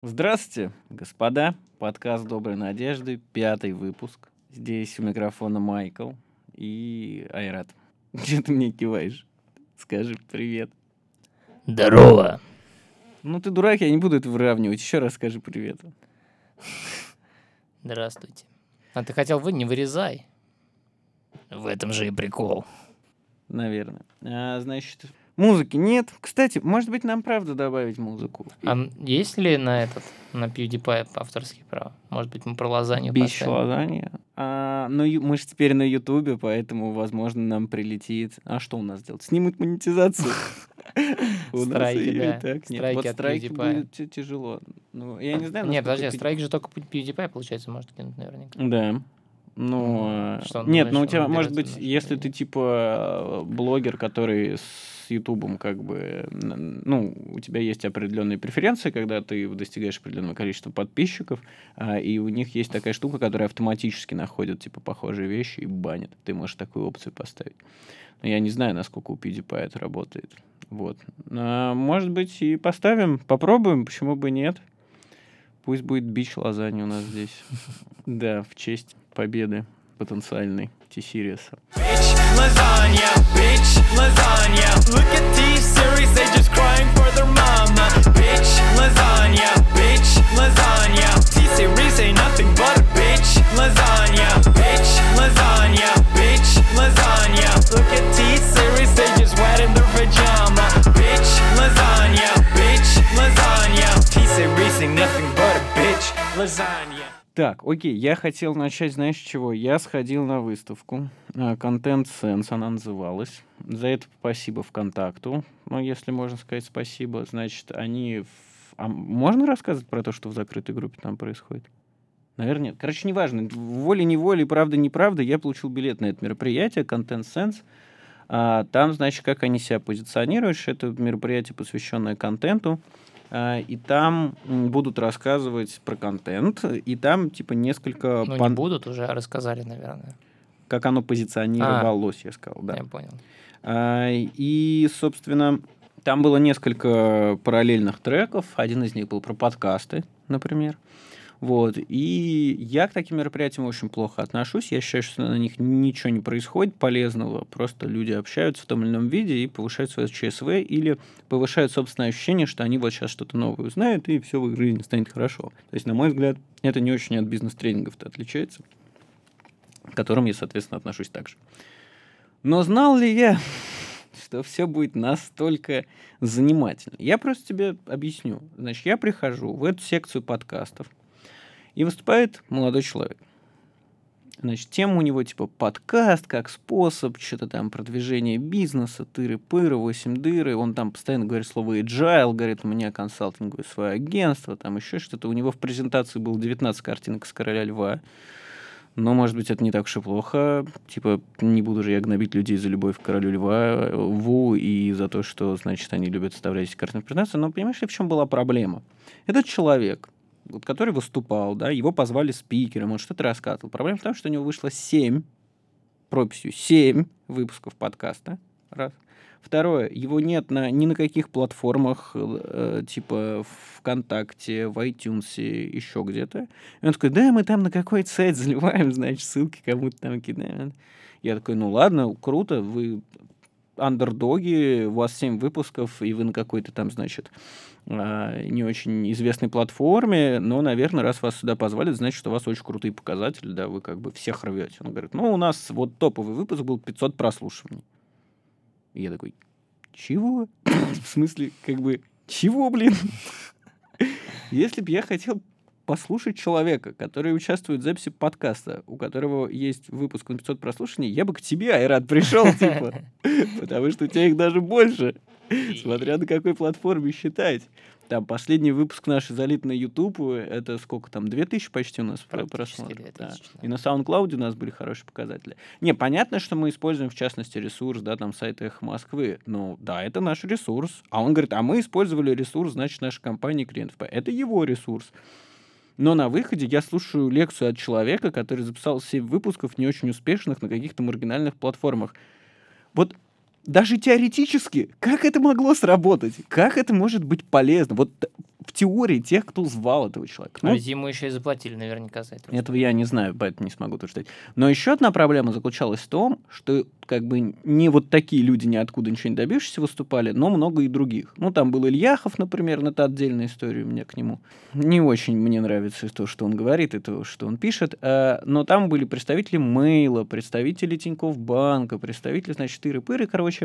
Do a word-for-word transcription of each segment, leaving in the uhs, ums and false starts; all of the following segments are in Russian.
Здравствуйте, господа. Подкаст «Доброй надежды», пятый выпуск. Здесь у микрофона Майкл и Айрат. Че ты мне киваешь? Скажи привет. Здорово. Ну ты дурак, я не буду это выравнивать. Еще раз скажи привет. Здравствуйте. А ты хотел вы, не вырезай. В этом же и прикол. Наверное. А, значит, музыки нет. Кстати, может быть, нам правда добавить музыку? А есть ли на этот, на PewDiePie авторские права? Может быть, мы про лазанью Бич поставим? лазанья. А, ну, ю- мы же теперь на Ютубе, поэтому, возможно, нам прилетит. А что у нас делать? Снимут монетизацию. У нас Страйки, и да. так нет. Страйки Вот от страйки PewDiePie. будет ти- тяжело. Ну, я не знаю, Нет, насколько подожди, а пи- страйк же только PewDiePie, получается, может кинуть наверняка. Да. Ну, Ну, э, что, нет, думаешь, ну у он тебя, может уберется быть, в нашем если ты видео? типа э, блогер, который с Ютубом как бы, н- ну, у тебя есть определенные преференции, когда ты достигаешь определенного количества подписчиков, а, и у них есть такая штука, которая автоматически находит типа похожие вещи и банит. Ты можешь такую опцию поставить. Но я не знаю, насколько у PewDiePie это работает. Вот. А, может быть, и поставим, попробуем, почему бы нет. Пусть будет бич лазанья у нас здесь. Да, в честь победы потенциальной T-Сириуса. Bitch, lasagna, bitch, lasagna. Look at T-Series, they just crying for their mama. Bitch, lasagna, bitch, lasagna. T-Series ain't nothing but a bitch, lasagna. Bitch, lasagna, bitch, lasagna. Look at T-Series, they just wet in their pajama. Bitch, lasagna, bitch, lasagna. T-Series ain't nothing but a bitch, lasagna. Так, окей, я хотел начать, знаешь, с чего? Я сходил на выставку а, Content Sense, она называлась. За это спасибо ВКонтакту, ну, если можно сказать спасибо. Значит, они... в- А можно рассказывать про то, что в закрытой группе там происходит? Наверное, нет. Короче, неважно. Волей-неволей, правда-неправда, я получил билет на это мероприятие, Content Sense. А, там, значит, как они себя позиционируют, что это мероприятие, посвященное контенту. А, и там м, будут рассказывать про контент. И там, типа, несколько... Ну, не пан- будут, уже рассказали, наверное. Как оно позиционировалось, я сказал, да. Я понял. А, и, собственно, там было несколько параллельных треков. Один из них был про подкасты, например. Вот. И я к таким мероприятиям очень плохо отношусь. Я считаю, что на них ничего не происходит полезного. Просто люди общаются в том или ином виде и повышают свое ЧСВ или повышают собственное ощущение, что они вот сейчас что-то новое узнают, и все в их жизни станет хорошо. То есть, на мой взгляд, это не очень от бизнес-тренингов-то отличается, к которым я, соответственно, отношусь так же. Но знал ли я, что все будет настолько занимательно? Я просто тебе объясню. Значит, я прихожу в эту секцию подкастов, и выступает молодой человек. Значит, тема у него типа подкаст как способ, что-то там продвижение бизнеса, тыры-пыры, восемь дыры. Он там постоянно говорит слово agile, говорит, у меня консалтинговое свое агентство, там еще что-то. У него в презентации было девятнадцать картинок с короля льва. Но, может быть, это не так уж и плохо. Типа, не буду же я гнобить людей за любовь к королю льва, льву и за то, что, значит, они любят вставлять эти картинки в презентацию. Но понимаешь ли, в чем была проблема? Этот человек, вот, который выступал, да, его позвали спикером, он что-то рассказывал. Проблема в том, что у него вышло семь, прописью семь выпусков подкаста. Раз. Второе, его нет на, ни на каких платформах, э, типа ВКонтакте, в iTunes, еще где-то. И он такой, да, мы там на какой-то сайт заливаем, значит, ссылки кому-то там кидаем. Я такой, ну ладно, круто, вы андердоги, у вас семь выпусков, и вы на какой-то там, значит, а, не очень известной платформе, но, наверное, раз вас сюда позвали, значит, что у вас очень крутые показатели, да, вы как бы всех рвете. Он говорит, ну, у нас вот топовый выпуск был пятьсот прослушиваний. И я такой, чего? В смысле, как бы, чего, блин? Если бы я хотел послушать человека, который участвует в записи подкаста, у которого есть выпуск на пятьсот прослушиваний, я бы к тебе, Айрат, пришел, типа. Потому что у тебя их даже больше. Смотря на какой платформе считать. Там последний выпуск наш залит на YouTube, это сколько там, две тысячи почти у нас Практически просмотров. две Да. тысячи, да. И на SoundCloud у нас были хорошие показатели. Не, понятно, что мы используем, в частности, ресурс, да, там, сайт Эхо Москвы. Ну, да, это наш ресурс. А он говорит, а мы использовали ресурс, значит, нашей компании клиентов. Это его ресурс. Но на выходе я слушаю лекцию от человека, который записал семь выпусков не очень успешных на каких-то маргинальных платформах. Вот даже теоретически, как это могло сработать? Как это может быть полезно? Вот в теории тех, кто звал этого человека. А Ну, ведь ему еще и заплатили наверняка за это. этого я не знаю, поэтому не смогу утверждать. Но еще одна проблема заключалась в том, что как бы не вот такие люди ниоткуда ничего не добившиеся выступали, но много и других. Ну, там был Ильяхов, например, но это отдельная история у меня к нему. Не очень мне нравится то, что он говорит, и то, что он пишет. А, но там были представители Мейла, представители Тинькофф Банка, представители, значит, тыры-пыры, короче.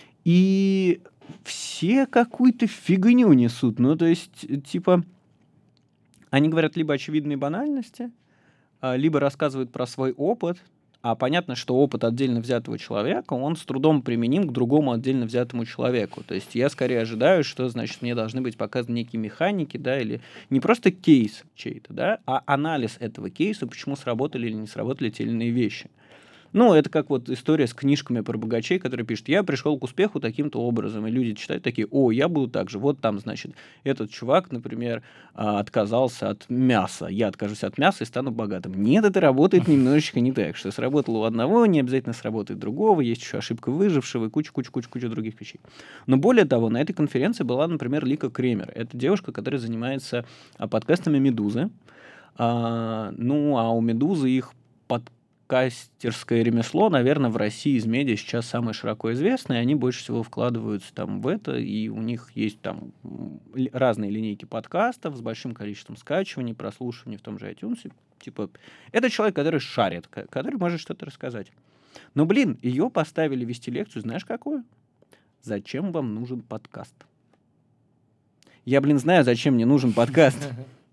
И все какую-то фигню несут. Ну, то есть, типа, они говорят либо очевидные банальности, а, либо рассказывают про свой опыт, а понятно, что опыт отдельно взятого человека, он с трудом применим к другому отдельно взятому человеку. То есть я скорее ожидаю, что, значит, мне должны быть показаны некие механики, да, или не просто кейс чей-то, да, а анализ этого кейса, почему сработали или не сработали те или иные вещи. Ну, это как вот история с книжками про богачей, которые пишут, я пришел к успеху таким-то образом, и люди читают такие, о, я буду так же, вот там, значит, этот чувак, например, а, отказался от мяса, я откажусь от мяса и стану богатым. Нет, это работает немножечко не так, что сработало у одного, не обязательно сработает другого, есть еще ошибка выжившего и куча-куча-куча-куча других вещей. Но более того, на этой конференции была, например, Лика Кремер, это девушка, которая занимается а, подкастами «Медузы», а, ну, а у «Медузы» их подкасты кастерское ремесло, наверное, в России из медиа сейчас самое широко известное, и они больше всего вкладываются там в это, и у них есть там разные линейки подкастов с большим количеством скачиваний, прослушиваний в том же iTunes. Типа, это человек, который шарит, который может что-то рассказать. Но, блин, ее поставили вести лекцию, знаешь, какую? Зачем вам нужен подкаст? Я, блин, знаю, зачем мне нужен подкаст.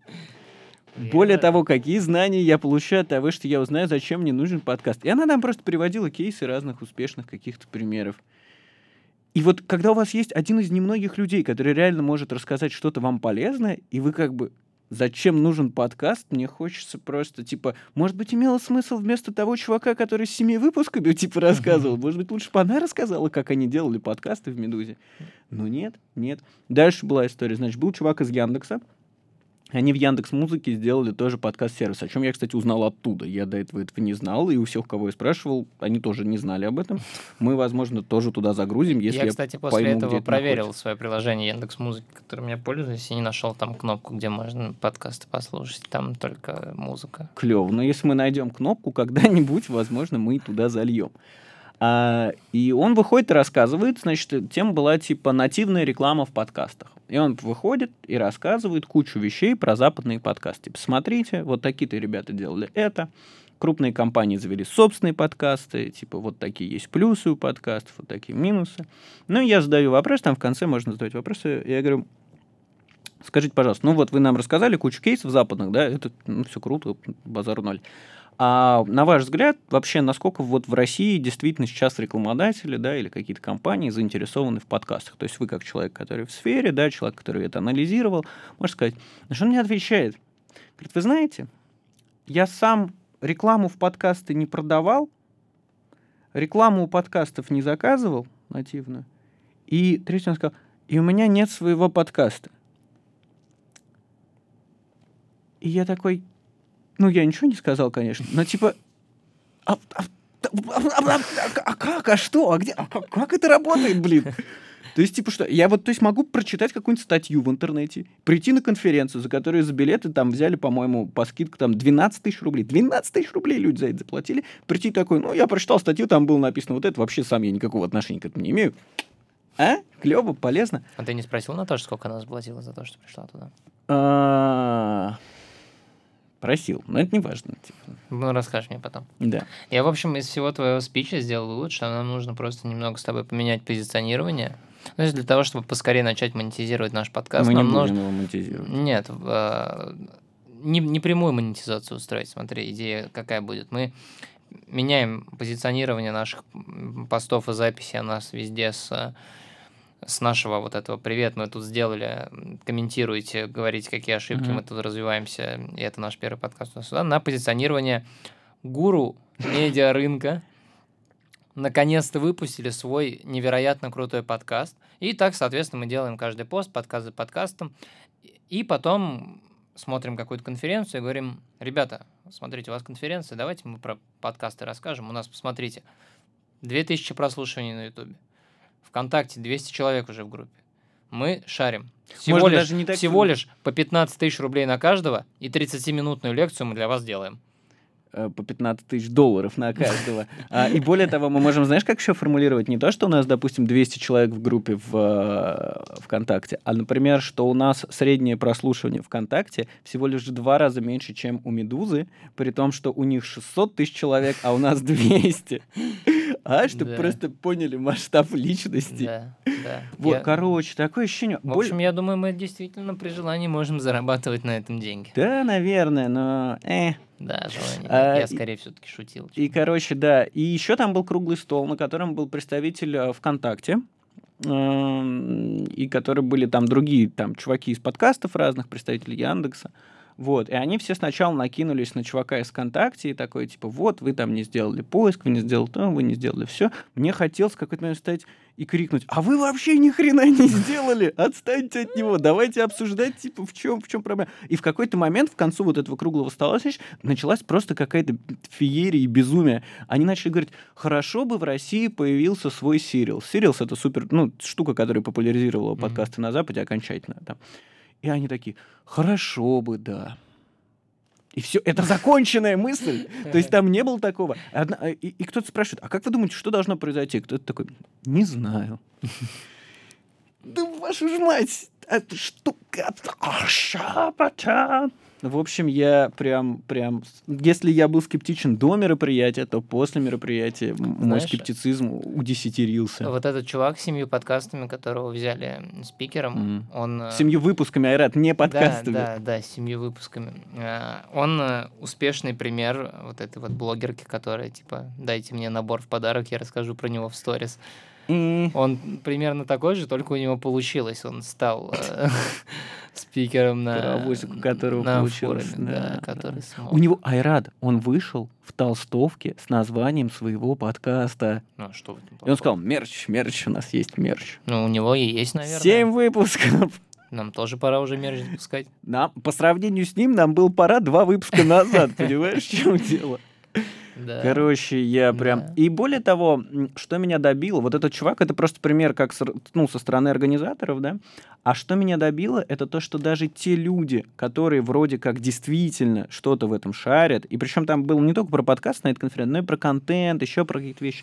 Более того, какие знания я получаю от того, что я узнаю, зачем мне нужен подкаст. И она нам просто приводила кейсы разных успешных каких-то примеров. И вот когда у вас есть один из немногих людей, который реально может рассказать что-то вам полезное, и вы как бы, зачем нужен подкаст, мне хочется просто, типа, может быть, имело смысл вместо того чувака, который с семи выпусками, типа, рассказывал, может быть, лучше бы она рассказала, как они делали подкасты в «Медузе». Но нет, нет. Дальше была история. Значит, был чувак из Яндекса, они в Яндекс.Музыке сделали тоже подкаст-сервис, о чем я, кстати, узнал оттуда. Я до этого этого не знал, и у всех, кого я спрашивал, они тоже не знали об этом. Мы, возможно, тоже туда загрузим, если я, я кстати, после пойму, этого где это проверил находится. свое приложение Яндекс.Музыки, которым я пользуюсь, и не нашел там кнопку, где можно подкасты послушать. Там только музыка. Клево. Но если мы найдем кнопку, когда-нибудь, возможно, мы и туда зальем. А, и он выходит и рассказывает, значит, тема была типа нативная реклама в подкастах. И он выходит и рассказывает кучу вещей про западные подкасты. Типа, смотрите, вот такие-то ребята делали это. Крупные компании завели собственные подкасты. Типа, вот такие есть плюсы у подкастов, вот такие минусы. Ну, и я задаю вопрос, там в конце можно задавать вопросы. Я говорю, скажите, пожалуйста, ну вот вы нам рассказали кучу кейсов западных, да, это ну, все круто, базару ноль. А на ваш взгляд, вообще, насколько вот в России действительно сейчас рекламодатели, да, или какие-то компании заинтересованы в подкастах? То есть вы как человек, который в сфере, да, человек, который это анализировал, можете сказать, на что он мне отвечает? Говорит, вы знаете, я сам рекламу в подкасты не продавал, рекламу у подкастов не заказывал нативную, и третий он сказал, и у меня нет своего подкаста. И я такой... Ну, я ничего не сказал, конечно, но типа, а, а, а, а, а как, а что, а где, а как, как это работает, блин? То есть, типа, что, я вот, то есть, могу прочитать какую-нибудь статью в интернете, прийти на конференцию, за которую за билеты там взяли, по-моему, по скидке там двенадцать тысяч рублей. двенадцать тысяч рублей люди за это заплатили. Прийти такой, ну, я прочитал статью, там было написано вот это, вообще сам я никакого отношения к этому не имею. А? Клево, полезно. А ты не спросил Наташу, сколько она заплатила за то, что пришла туда? А... Просил, но это не важно. Типа. Ну, расскажешь мне потом. Да. Я, в общем, из всего твоего спича сделал вывод, что нам нужно просто немного с тобой поменять позиционирование. То есть для того, чтобы поскорее начать монетизировать наш подкаст. Мы не нам будем нужно... его монетизировать. Нет, э, не, не прямую монетизацию устроить. Смотри, идея какая будет. Мы меняем позиционирование наших постов и записей о нас везде с... с нашего вот этого «Привет, мы тут сделали», комментируйте, говорите, какие ошибки, mm-hmm. мы тут развиваемся, и это наш первый подкаст сюда, на позиционирование гуру медиарынка. Наконец-то выпустили свой невероятно крутой подкаст. И так, соответственно, мы делаем каждый пост, подкаст за подкастом, и потом смотрим какую-то конференцию и говорим, ребята, смотрите, у вас конференция, давайте мы про подкасты расскажем. У нас, посмотрите, две тысячи прослушиваний на Ютубе. ВКонтакте двести человек уже в группе. мы шарим. Всего, Можно лишь, даже не так- всего лишь по пятнадцать тысяч рублей на каждого, и тридцатиминутную лекцию мы для вас делаем. Э, по пятнадцать тысяч долларов на каждого. А, и более того, мы можем, знаешь, как еще формулировать? Не то, что у нас, допустим, двести человек в группе в э, ВКонтакте, а, например, что у нас среднее прослушивание ВКонтакте всего лишь в два раза меньше, чем у Медузы, при том, что у них шестьсот тысяч человек, а у нас двести. А, чтобы Да. просто поняли масштаб личности. Да, да. Вот, Я- короче, такое ощущение... В общем, я думаю, мы действительно при желании можем зарабатывать на этом деньги. Да, наверное, но... э. Да, желание. А, Я и- скорее все-таки шутил. И, короче, да. И еще там был круглый стол, на котором был представитель э, ВКонтакте, эм, и которые были там другие там чуваки из подкастов разных, представители Яндекса. Вот, и они все сначала накинулись на чувака из ВКонтакте и такой, типа, вот, вы там не сделали поиск, вы не сделали то, вы не сделали все. Мне хотелось в какой-то момент встать и крикнуть, а вы вообще ни хрена не сделали, отстаньте от него, давайте обсуждать, типа, в чем, в чем проблема. И в какой-то момент, в концу вот этого круглого стола, знаешь, началась просто какая-то феерия и безумие. Они начали говорить, хорошо бы в России появился свой Serials. Serials — это супер, ну, штука, которая популяризировала Мгм. подкасты на Западе окончательно. Там. И они такие, хорошо бы, да. И все, это законченная мысль. То есть там не было такого. Одна- и, и кто-то спрашивает, а как вы думаете, что должно произойти? Кто-то такой, не знаю. Да вашу ж мать! Это штука... В общем, я прям, прям... Если я был скептичен до мероприятия, то после мероприятия м- мой Знаешь, скептицизм удесятерился. Вот этот чувак с семью подкастами, которого взяли спикером, Мгм. он... э, С семью выпусками, Айрат, не подкастами. Да, да, да, с семью выпусками. Э, Он э, успешный пример вот этой вот блогерки, которая, типа, дайте мне набор в подарок, я расскажу про него в сторис. М. Он примерно такой же, только у него получилось. Он стал э, спикером на, Паровозик, у которого на получилось, форуме, да, да, да. который смог. У него Айрат, он вышел в толстовке с названием своего подкаста. Ну, а что в этом И он плохого? сказал, мерч, мерч, у нас есть мерч. Ну, у него и есть, наверное. Семь выпусков. Нам тоже пора уже мерч запускать. Нам, по сравнению с ним, нам было пора два выпуска назад, понимаешь, в чем дело? Да. Короче, я прям... Да. И более того, м, что меня добило, вот этот чувак, это просто пример как с р- ну, со стороны организаторов, да, а что меня добило, это то, что даже те люди, которые вроде как действительно что-то в этом шарят, и причем там было не только про подкаст на этой конференции, но и про контент, еще про какие-то вещи,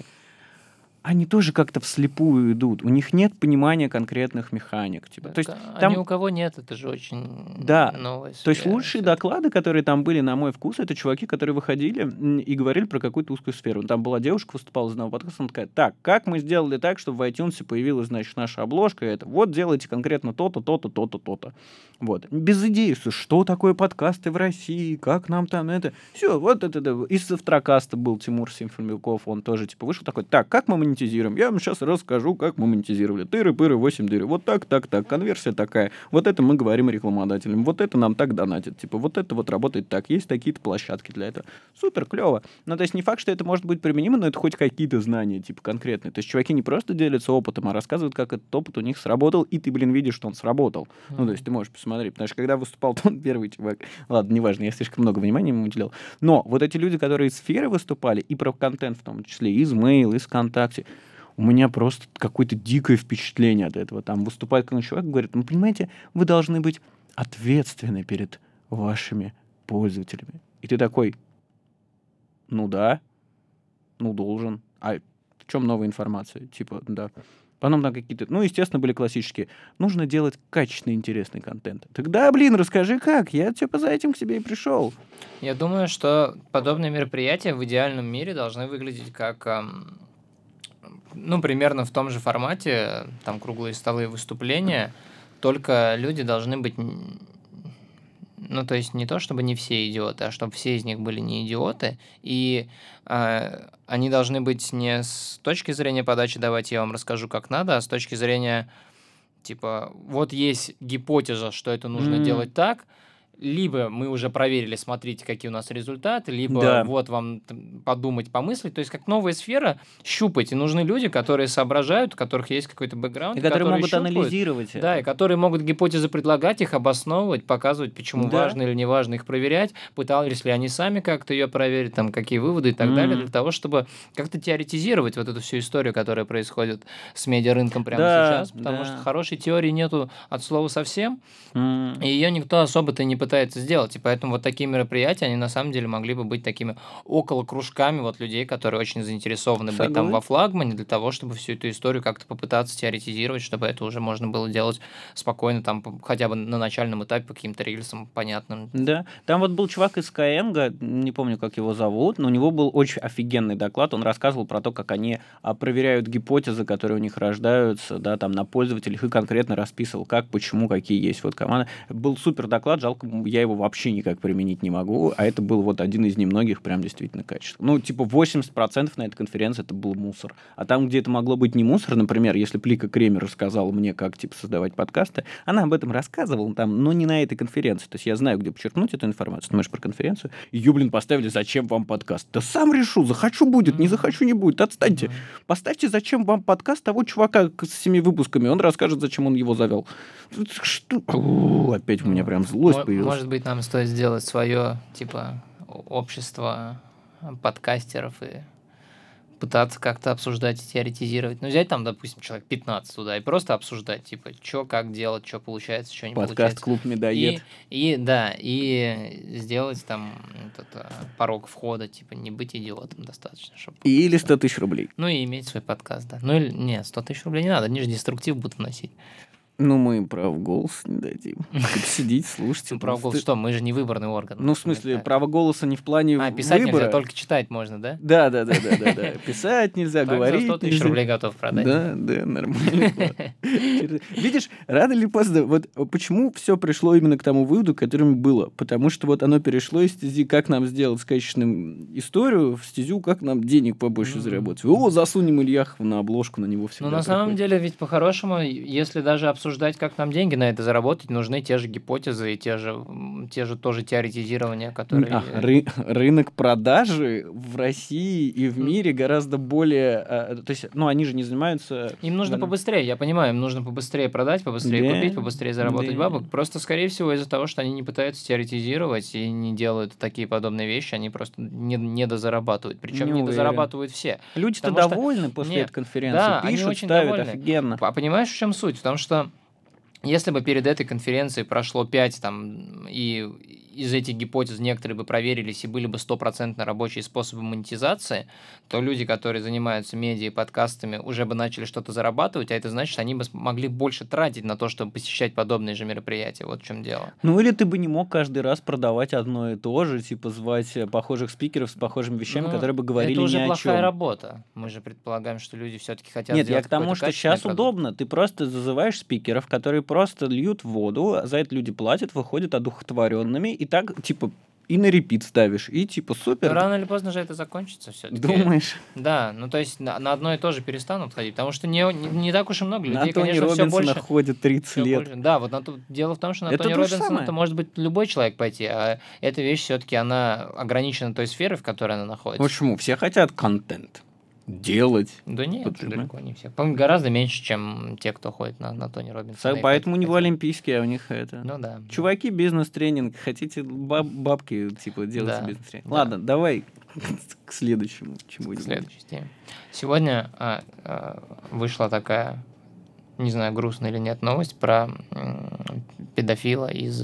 они тоже как-то вслепую идут, у них нет понимания конкретных механик. Типа. То есть А там... ни у кого нет, это же очень Да. новая То есть сфера лучшие всё-таки. доклады, которые там были, на мой вкус, это чуваки, которые выходили м, и говорили про какую-то узкую сферу. Там была девушка, выступала из одного подкаста, она такая, так, как мы сделали так, чтобы в iTunes появилась, значит, наша обложка, и это, вот делайте конкретно то-то, то-то, то-то, то-то. Вот. Без идеи, что, что такое подкасты в России, как нам там это. Все, вот это, да. Из Завтракаста был Тимур Симфонюков, он тоже, типа, вышел такой, так, как мы монетизируем? Я вам сейчас расскажу, как мы монетизировали. Тыры-пыры, восемь дыры. Вот так, так, так, конверсия такая. Вот это мы говорим рекламодателям. Вот это нам так донатят. Типа, вот это вот работает так. Есть такие-то площадки для этого. Супер, клево. Ну, то есть не факт, что это может быть применимо, но это хоть какие-то знания, типа, конкретные. То есть чуваки не просто делятся опытом, а рассказывают, как этот опыт у них сработал, и ты, блин, видишь, что он сработал. Ну, то есть ты можешь посмотреть. Потому что когда выступал тот первый чувак, ладно, неважно, я слишком много внимания ему уделял, но вот эти люди, которые из сферы выступали, и про контент в том числе, из Mail, из ВКонтакте, у меня просто какое-то дикое впечатление от этого. Там выступает какой-то человек, говорит, ну, понимаете, вы должны быть ответственны перед вашими пользователями. И ты такой, ну да, ну должен. А в чем новая информация? Типа, да. Потом там какие-то, ну, естественно, были классические. Нужно делать качественный, интересный контент. Тогда, блин, расскажи как. Я типа за этим к тебе и пришел. Я думаю, что подобные мероприятия в идеальном мире должны выглядеть как, эм, ну, примерно в том же формате, там круглые столы и выступления, только люди должны быть, н- ну, то есть не то, чтобы не все идиоты, а чтобы все из них были не идиоты, и э, они должны быть не с точки зрения подачи «давайте я вам расскажу, как надо», а с точки зрения, типа, вот есть гипотеза, что это нужно М. делать так, либо мы уже проверили, смотрите, какие у нас результаты, либо Да. вот вам т- подумать, помыслить. То есть как новая сфера, щупать. И нужны люди, которые соображают, у которых есть какой-то бэкграунд, И которые могут щупают. анализировать это. Да, и которые могут гипотезы предлагать, их обосновывать, показывать, почему Да. важно или не важно их проверять, пытались ли они сами как-то ее проверить, там, какие выводы и так далее, Мгм. для того, чтобы как-то теоретизировать вот эту всю историю, которая происходит с медиарынком прямо Да, сейчас, потому да. что хорошей теории нету от слова совсем, М. и ее никто особо-то не пытается сделать. И поэтому вот такие мероприятия, они на самом деле могли бы быть такими около кружками вот людей, которые очень заинтересованы быть там Согласен. во флагмане, для того, чтобы всю эту историю как-то попытаться теоретизировать, чтобы это уже можно было делать спокойно, там, по- хотя бы на начальном этапе по каким-то рельсам понятным. Да, там вот был чувак из Skyeng, не помню, как его зовут, но у него был очень офигенный доклад, он рассказывал про то, как они а, проверяют гипотезы, которые у них рождаются, да, там, на пользователях, и конкретно расписывал, как, почему, какие есть вот команды. Был супер доклад, жалко, я его вообще никак применить не могу, а это был вот один из немногих прям действительно качественных. Ну, типа восемьдесят процентов на этой конференции это был мусор. А там, где это могло быть не мусор, например, если Плика Кремер рассказала мне, как, типа, создавать подкасты, она об этом рассказывала там, но не на этой конференции. То есть я знаю, где подчеркнуть эту информацию. Ты можешь про конференцию. Ее, блин, поставили, зачем вам подкаст? Да сам решу, захочу будет, не захочу не будет. Отстаньте. Поставьте, зачем вам подкаст того чувака с семи выпусками. Он расскажет, зачем он его завел. Что? О, опять у меня прям злость Мо- появилась. Может быть, нам стоит сделать свое, типа, о- общество подкастеров и пытаться как-то обсуждать и теоретизировать. Ну, взять там, допустим, человек пятнадцать туда и просто обсуждать, типа, что, как делать, что получается, что не Подкаст получается. «Клуб Медоед». И, и, да, и сделать там этот, а, порог входа, типа, не быть идиотом достаточно, чтобы... Или сто тысяч рублей. Ну, и иметь свой подкаст, да. Ну, или, нет, сто тысяч рублей не надо, они же деструктив будут вносить. Ну, мы им право голоса не дадим. Типа сидеть, слушать. Ну, это право голоса, ты- что, мы же не выборный орган. Ну, в смысле, Так. право голоса не в плане А, писать выбора. нельзя, только читать можно, да? Да, да, да, да, да, да. Писать нельзя, Так, за говорить сто тысяч нельзя. рублей готов продать. Да, да, нормально. Через- Видишь, рано или поздно, вот почему все пришло именно к тому выводу, которым было? Потому что вот оно перешло из стези, как нам сделать качественную историю, в стезю, как нам денег побольше Мгм. заработать. О, засунем Ильяхова на обложку, на него всегда Ну, на самом приходит. деле, ведь по-хорошему, если даже обсуждать, как нам деньги на это заработать, нужны те же гипотезы и те же, м, те же тоже теоретизирования, которые... А, ры- рынок продажи в России и в мире гораздо более... а, То есть, ну, они же не занимаются... Им нужно Да. побыстрее, я понимаю, им нужно побыстрее продать, побыстрее Да, купить, побыстрее заработать да. бабок. Просто, скорее всего, из-за того, что они не пытаются теоретизировать и не делают такие подобные вещи, они просто не, недозарабатывают. Причем Не уверен. недозарабатывают все. Люди-то Потому что- довольны после Нет, этой конференции. да, они Пишут, очень ставят, довольны. офигенно. А понимаешь, в чем суть? В том, что если бы перед этой конференцией прошло пять, там, и из этих гипотез некоторые бы проверились и были бы стопроцентно рабочие способы монетизации, то люди, которые занимаются медиа и подкастами, уже бы начали что-то зарабатывать, а это значит, что они бы могли больше тратить на то, чтобы посещать подобные же мероприятия. Вот в чем дело. Ну, или ты бы не мог каждый раз продавать одно и то же, типа звать э, похожих спикеров с похожими вещами, Ну, которые бы говорили это уже ни о плохая чем. работа. Мы же предполагаем, что люди все-таки хотят Нет, я сделать к тому, какой-то что качественный сейчас продукт. удобно. Ты просто зазываешь спикеров, которые просто льют воду, за это люди платят, выходят одухотворенными, и так, типа, и на репит ставишь, и типа Но супер. рано или поздно же это закончится все-таки. Думаешь? Да, ну то есть на, на одно и то же перестанут ходить, потому что не, не, не так уж и много На людей, Тони конечно, все Робинсона больше. ходит тридцать всё лет. больше- Да, вот на то, дело в том, что на Это Тони то же Робинсона самое. это может быть любой человек пойти, а эта вещь все-таки она ограничена той сферой, в которой она находится. Почему? Все хотят контент делать. Да нет, Почему? далеко не все. По-моему, гораздо меньше, чем те, кто ходит на, на Тони Робинсона. Со- и Поэтому у хотят- него олимпийские, а у них это... Ну да. Чуваки, бизнес-тренинг. Хотите баб- бабки, типа, делать Да, бизнес-тренинг? да. Ладно, давай к следующему К чему-нибудь. следующей теме. Сегодня а, а, вышла такая, не знаю, грустная или нет, новость про м, педофила из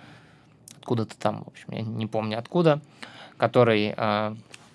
откуда-то там, в общем, я не помню откуда, который, а,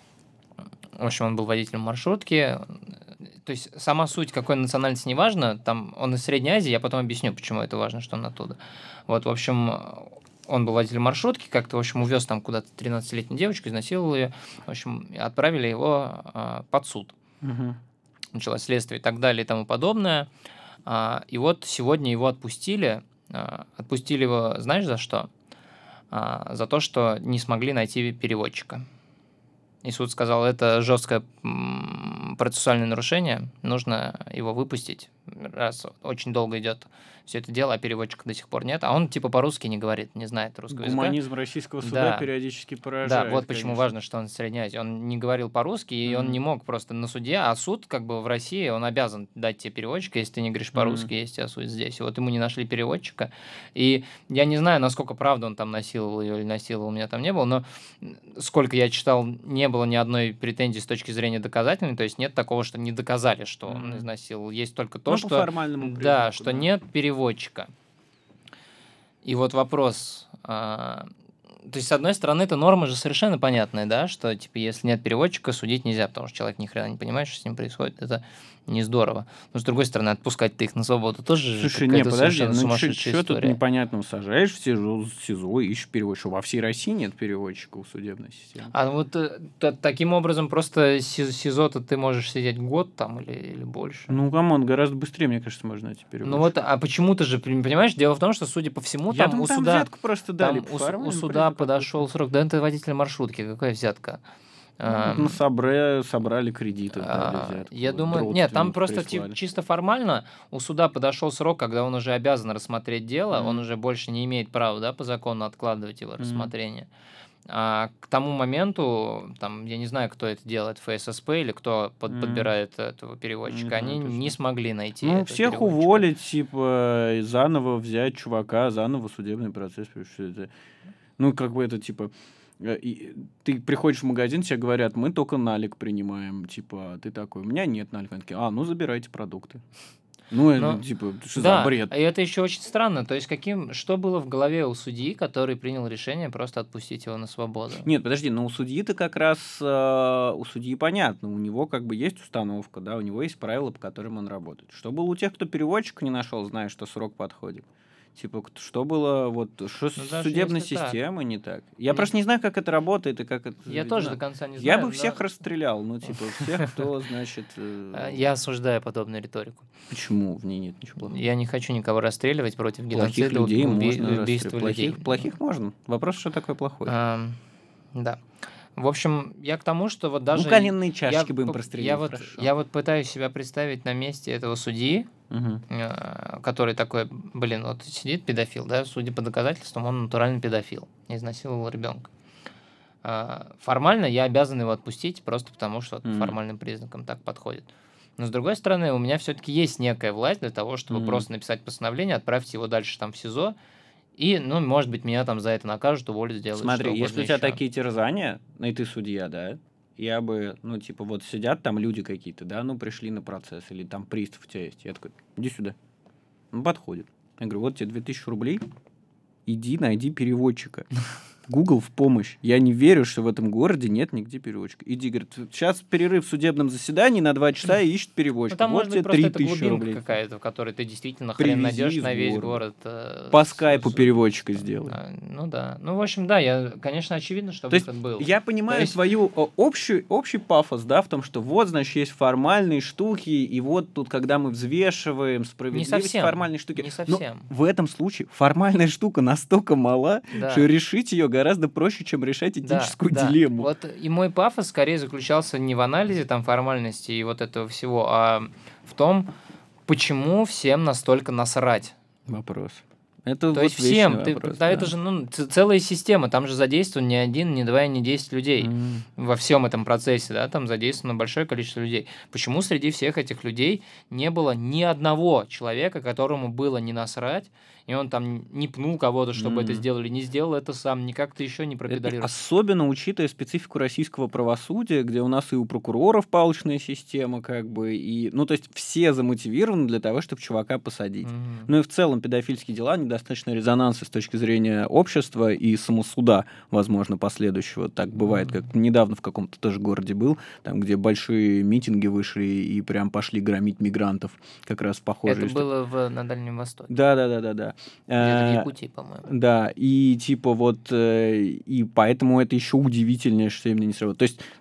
в общем, он был водителем маршрутки. То есть сама суть, какой национальности, не важно. Там он из Средней Азии, я потом объясню, почему это важно, что он оттуда. Вот, в общем, он был водителем маршрутки, как-то, в общем, увез там куда-то тринадцатилетнюю девочку, изнасиловал ее, в общем, и отправили его а, под суд. Мгм. Началось следствие и так далее и тому подобное. А, и вот сегодня его отпустили. А, отпустили его, знаешь, за что? А, за то, что не смогли найти переводчика. И суд сказал, это жесткое м, процессуальное нарушение, нужно его выпустить раз очень долго идет все это дело, а переводчика до сих пор нет, а он типа по-русски не говорит, не знает русского языка. Гуманизм российского суда Да. периодически Да, поражает. вот почему конечно. важно, что он Средней Азии. Он не говорил по-русски, и он Мгм. не мог просто на суде, а суд как бы в России, он обязан дать тебе переводчика, если ты не говоришь по-русски, Мгм. если тебя судят здесь. И вот ему не нашли переводчика. И я не знаю, насколько правда он там насиловал ее или насиловал, у меня там не было, но м, сколько я читал, не было ни одной претензии с точки зрения доказательной, то есть нет такого, что не доказали, что он Мгм. изнасиловал. Есть только то, Ну, по что, формальному да, признаку, что да. нет переводчика. И вот вопрос, а, то есть, с одной стороны, эта норма же совершенно понятная, да, что, типа, если нет переводчика, судить нельзя, потому что человек ни хрена не понимает, что с ним происходит, это не здорово. Но, с другой стороны, отпускать-то их на свободу тоже же Слушай, не, какая-то подожди, совершенно ну сумасшедшая что тут история. непонятного? Сажаешь в СИЗО, СИЗО, ищешь переводчика. Во всей России нет переводчика у судебной системы. А вот э, та- таким образом просто си- СИЗО-то ты можешь сидеть год там или, или больше. Ну, камон, гораздо быстрее, мне кажется, можно найти переводчика. Ну вот, а почему-то же, пон- понимаешь, дело в том, что, судя по всему, Я там думаю, у там суда, взятку просто дали. там по у, с- у формальному суда признаку подошел какой-то. срок, да это водитель маршрутки, какая взятка? Ну, вот Ам, на собре собрали кредиты, дали А, взятку. Я вот, думаю, нет, там родственников просто ти- прислали. чисто формально у суда подошел срок, когда он уже обязан рассмотреть дело, он Мгм. уже больше не имеет права, да, по закону откладывать его Мгм. рассмотрение. А к тому моменту, там, я не знаю, кто это делает, ФССП или кто под- Мгм. подбирает этого Не переводчика, знаю они не точно. смогли найти Ну, этого всех переводчика. уволить, типа, и заново взять чувака, заново судебный процесс. потому что это- Ну, как бы это, типа, э, и ты приходишь в магазин, тебе говорят, мы только налик принимаем. Типа, а ты такой, у меня нет налика. Они такие, а, ну, забирайте продукты. Ну, это, Ну, типа, что за Да, бред? и это еще очень странно. То есть, каким, что было в голове у судьи, который принял решение просто отпустить его на свободу? Нет, подожди, но у судьи-то как раз, э, у судьи понятно, у него как бы есть установка, да, у него есть правила, по которым он работает. Что было у тех, кто переводчика не нашел, зная, что срок подходит? Типа, к- что было, вот, что с Ну, даже судебной если так. системой не так? Я Не- просто не знаю, как это работает и как это Я тоже заведено. до конца не Я знаю. бы но, всех расстрелял, ну, типа, всех, кто, значит... э, э, Я осуждаю подобную риторику. Почему в ней нет ничего плохого? Я не хочу никого расстреливать против Плохих геноцида, людей уби- можно убийства расстрелять. людей. Плохих, плохих можно. Вопрос, что такое плохой? Ам, да. В общем, я к тому, что вот даже... Ну, каменные я, чашечки будем п- простреливать, я вот, хорошо. я вот пытаюсь себя представить на месте этого судьи, Мгм. э, который такой, блин, вот сидит педофил, да, судя по доказательствам, он натурально педофил, изнасиловал ребенка. А, Формально я обязан его отпустить, просто потому что по Мгм. формальным признакам так подходит. Но с другой стороны, у меня все-таки есть некая власть для того, чтобы Мгм. просто написать постановление, отправить его дальше там в СИЗО, и, ну, может быть, меня там за это накажут, уволят, сделают Смотри, что если у угодно тебя еще. такие терзания, ну и ты судья, да, я бы, ну, типа, вот сидят там люди какие-то, да, ну, пришли на процесс, или там пристав у тебя есть. Я такой, иди сюда. Он подходит. Я говорю, вот тебе две тысячи рублей, иди найди переводчика. Google в помощь. Я не верю, что в этом городе нет нигде переводчика. Иди, говорит, сейчас перерыв в судебном заседании на два часа и ищет Ну, переводчика. там, вот может тебе быть, просто три это тысячи глубинка рублей. какая-то, в которой ты действительно хрен Привези найдешь из на весь города. город. э, По с- скайпу с- переводчика сделай. а, Ну да. Ну, в общем, да, я, конечно, очевидно, что То есть выход был. я понимаю То есть- твою о, общую, общий пафос, да, в том, что вот, значит, есть формальные штуки, и вот тут, когда мы взвешиваем справедливость совсем, формальной штуки. не Но совсем. в этом случае формальная штука настолько мала, Да. что решить ее гораздо проще, чем решать Да, этическую да. дилемму. Вот и мой пафос скорее заключался не в анализе там формальности и вот этого всего, а в том, почему всем настолько насрать. Вопрос. Это То вот есть всем, вечный ты, вопрос, да, да. это же ну, ц- целая система, там же задействован не один, не два, и не десять людей. М. Во всем этом процессе, да, там задействовано большое количество людей. Почему среди всех этих людей не было ни одного человека, которому было не насрать, и он там не пнул кого-то, чтобы это Мгм. сделали, не сделал это сам, никак то еще не Это пропедалировал. особенно учитывая специфику российского правосудия, где у нас и у прокуроров палочная система, как бы, и, ну, то есть все замотивированы для того, чтобы чувака посадить. Мгм. Ну и в целом педофильские дела, они достаточно резонансны с точки зрения общества и самосуда, возможно, последующего. Так бывает, как недавно в каком-то тоже городе был, там, где большие митинги вышли и прям пошли громить мигрантов, как раз в похожей Это истории. было в, на Дальнем Востоке. Да-да-да-да-да. Где-то в Э, Якутии, по-моему. Да, и типа вот, э, и поэтому это еще удивительнее, что именно не сработало. То есть тут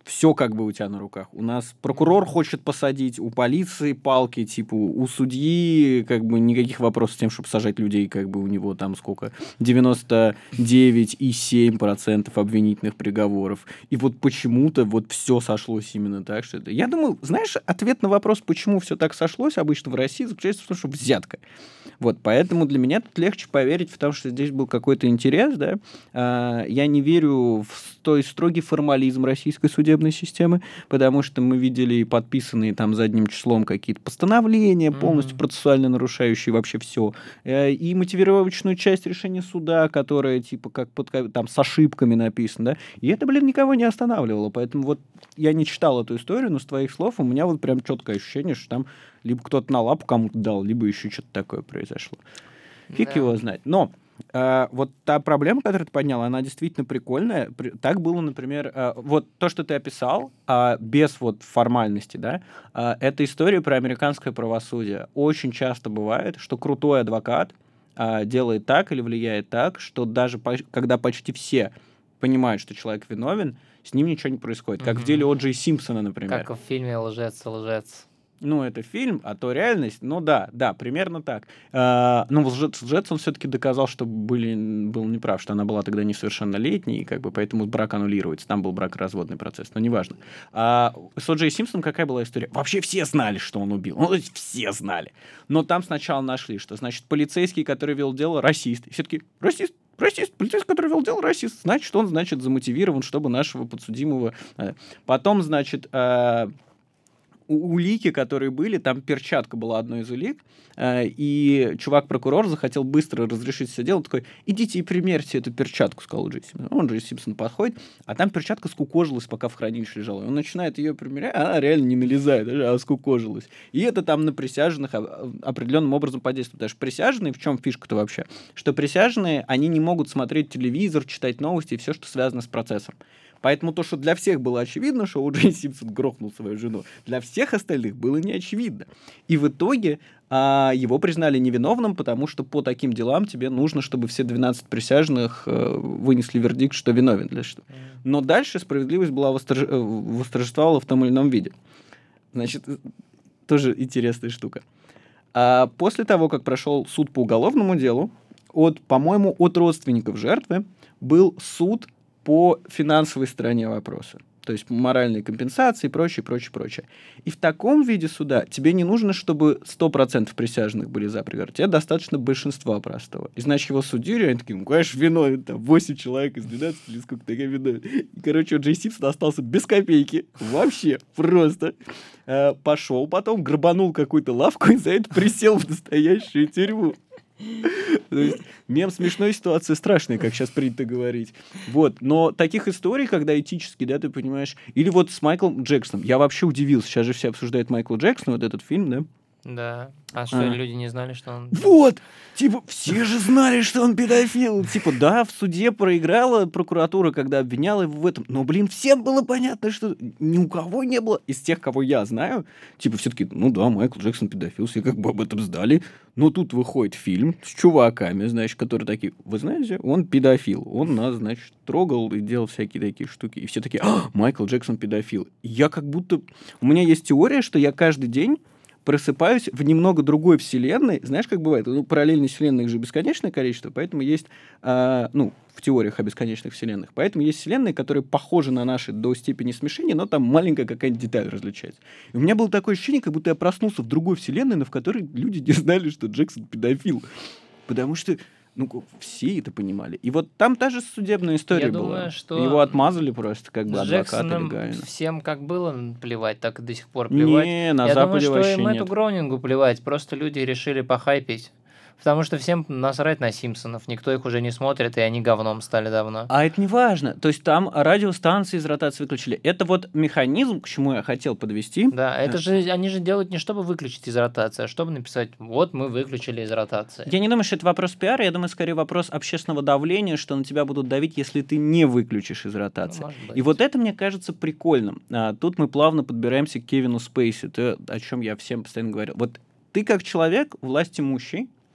все как бы у тебя на руках. У нас прокурор хочет посадить, у полиции палки, типа у судьи как бы никаких вопросов с тем, чтобы сажать людей, как бы у него там сколько, девяносто девять и семь десятых процента обвинительных приговоров. И вот почему-то вот все сошлось именно так, что это... Я думаю, знаешь, ответ на вопрос, почему все так сошлось обычно в России, заключается в том, что взятка. Вот, поэтому для меня тут легче поверить в том, что здесь был какой-то интерес, да. А, я не верю в той строгий формализм российской судебной системы, потому что мы видели подписанные там задним числом какие-то постановления, полностью mm-hmm. процессуально нарушающие вообще все, и мотивировочную часть решения суда, которая типа как под, там с ошибками написана, да, и это, блин, никого не останавливало, поэтому вот я не читал эту историю, но с твоих слов у меня вот прям четкое ощущение, что там либо кто-то на лапу кому-то дал, либо еще что-то такое произошло. Фиг да. его знать. Но э, вот та проблема, которую ты поднял, она действительно прикольная. При, так было, например, э, вот то, что ты описал, э, без вот формальности, да, э, это история про американское правосудие. Очень часто бывает, что крутой адвокат э, делает так или влияет так, что даже по- когда почти все понимают, что человек виновен, с ним ничего не происходит. Как mm-hmm. в деле О Джей Симпсона, например. Как в фильме «Лжец, лжец». Ну, это фильм, а то реальность. Ну да, да, примерно так. А, ну, лжец, лжец он все-таки доказал, что были, был неправ, что она была тогда несовершеннолетней, и как бы поэтому брак аннулируется. Там был бракоразводный процесс, но неважно. А с О Джей Симпсоном какая была история? Вообще все знали, что он убил. Ну, то есть все знали. Но там сначала нашли, что, значит, полицейский, который вел дело, расист. И все таки расист. Расист, полицейский, который вел дело, расист. Значит, он, значит, замотивирован, чтобы нашего подсудимого... Потом, значит... улики, которые были, там перчатка была одной из улик, э, и чувак-прокурор захотел быстро разрешить все дело, такой, идите и примерьте эту перчатку, сказал Джей Симпсон. Он, Джей Симпсон, подходит, а там перчатка скукожилась, пока в хранилище лежала. Он начинает ее примерять, а она реально не налезает, а скукожилась. И это там на присяжных определенным образом подействует. Потому что присяжные, в чем фишка-то вообще? Что присяжные, они не могут смотреть телевизор, читать новости и все, что связано с процессом. Поэтому то, что для всех было очевидно, что О Джей Симпсон грохнул свою жену, для всех остальных было не очевидно. И в итоге а, его признали невиновным, потому что по таким делам тебе нужно, чтобы все двенадцать присяжных а, вынесли вердикт, что виновен. Для что. Но дальше справедливость была восторж... восторжествовала в том или ином виде. Значит, тоже интересная штука. А после того, как прошел суд по уголовному делу, от, по-моему, от родственников жертвы был суд по финансовой стороне вопроса. То есть моральные компенсации и прочее, прочее, прочее. И в таком виде суда тебе не нужно, чтобы сто процентов присяжных были за приговор. Тебе достаточно большинства простого. И, значит, его судили, они такие, ну, конечно, виновен, там, восемь человек из двенадцати, или сколько такая виновен. И, короче, Джей Симпсон остался без копейки. Вообще, просто. Э, пошел потом, грабанул какую-то лавку и за это присел в настоящую тюрьму. То есть мем смешной, ситуация страшная, как сейчас принято говорить. Вот. Но таких историй, когда этически, да, ты понимаешь... Или вот с Майклом Джексоном. Я вообще удивился. Сейчас же все обсуждают Майкла Джексона, вот этот фильм, да? Да. А что, а. люди не знали, что он... Вот! Типа, все же знали, что он педофил. Типа, да, в суде проиграла прокуратура, когда обвиняла его в этом. Но, блин, всем было понятно, что ни у кого не было. Из тех, кого я знаю, типа, все таки, ну да, Майкл Джексон педофил, все как бы об этом знали. Но тут выходит фильм с чуваками, знаешь, которые такие, вы знаете, он педофил. Он нас, значит, трогал и делал всякие такие штуки. И все такие, а, Майкл Джексон педофил. Я как будто... У меня есть теория, что я каждый день просыпаюсь в немного другой вселенной. Знаешь, как бывает? Ну, параллельной вселенной же бесконечное количество, поэтому есть, э, ну, в теориях о бесконечных вселенных, поэтому есть вселенные, которые похожи на наши до степени смешения, но там маленькая какая-нибудь деталь различается. И у меня было такое ощущение, как будто я проснулся в другой вселенной, но в которой люди не знали, что Джексон педофил. Потому что ну, все это понимали. И вот там та же судебная история Я была. Думаю, что его отмазали просто, как бы, адвокаты легально. Всем как было плевать, так и до сих пор плевать. Не, на Я Западе думаю, вообще что и Мэтту нет. Гроунингу плевать. Просто люди решили похайпить. Потому что всем насрать на Симпсонов. Никто их уже не смотрит, и они говном стали давно. А это не важно. То есть там радиостанции из ротации выключили. Это вот механизм, к чему я хотел подвести. Да, это же они же делают не чтобы выключить из ротации, а чтобы написать, вот мы выключили из ротации. Я не думаю, что это вопрос пиара, я думаю, скорее вопрос общественного давления, что на тебя будут давить, если ты не выключишь из ротации. Ну, и вот это, мне кажется, прикольным. А, тут мы плавно подбираемся к Кевину Спейси, то, о чем я всем постоянно говорил. Вот ты как человек, власть имущий,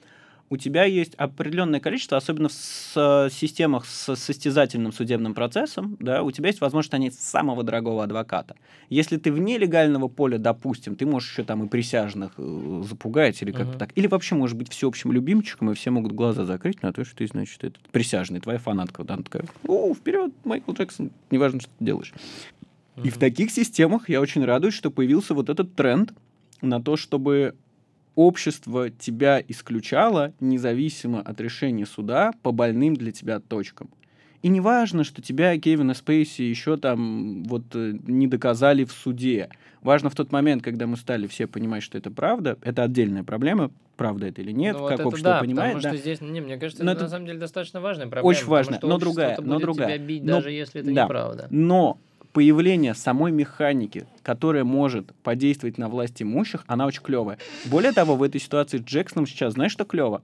у тебя есть определенное количество, особенно в с- системах с состязательным судебным процессом, да, у тебя есть возможность нанять самого дорогого адвоката. Если ты вне легального поля, допустим, ты можешь еще там и присяжных э, запугать или как-то Мгм. так. Или вообще может быть всеобщим любимчиком, и все могут глаза закрыть на то, что ты, значит, этот присяжный, твоя фанатка. Вот она такая, о, вперед, Майкл Джексон, неважно, что ты делаешь. И в Мгм. таких системах я очень радуюсь, что появился вот этот тренд на то, чтобы общество тебя исключало независимо от решения суда по больным для тебя точкам. И не важно, что тебя Кевина Спейси еще там вот э, не доказали в суде. Важно в тот момент, когда мы стали все понимать, что это правда, это отдельная проблема, правда это или нет, Ну вот как это общество да, понимает. потому да. что здесь, не, мне кажется, Но это, это на самом деле достаточно важная проблема. Очень важно, потому что но общество-то другая, но будет другая. тебя бить, Но- даже если это да. неправда. Но появление самой механики, которая может подействовать на власть имущих, она очень клевая. Более того, в этой ситуации с Джексоном сейчас, знаешь, что клево?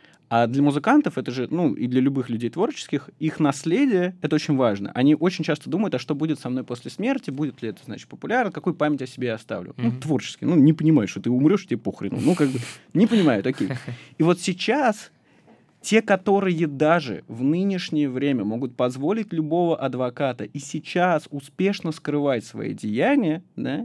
А для музыкантов это же, ну, и для любых людей творческих, их наследие — это очень важно. Они очень часто думают, а что будет со мной после смерти, будет ли это, значит, популярно, какую память о себе я оставлю. Ну, Мгм. творчески. Ну, не понимаешь, что ты умрешь, тебе похрену. Ну, как бы, не понимают, окей. И вот сейчас те, которые даже в нынешнее время могут позволить любого адвоката и сейчас успешно скрывать свои деяния, да,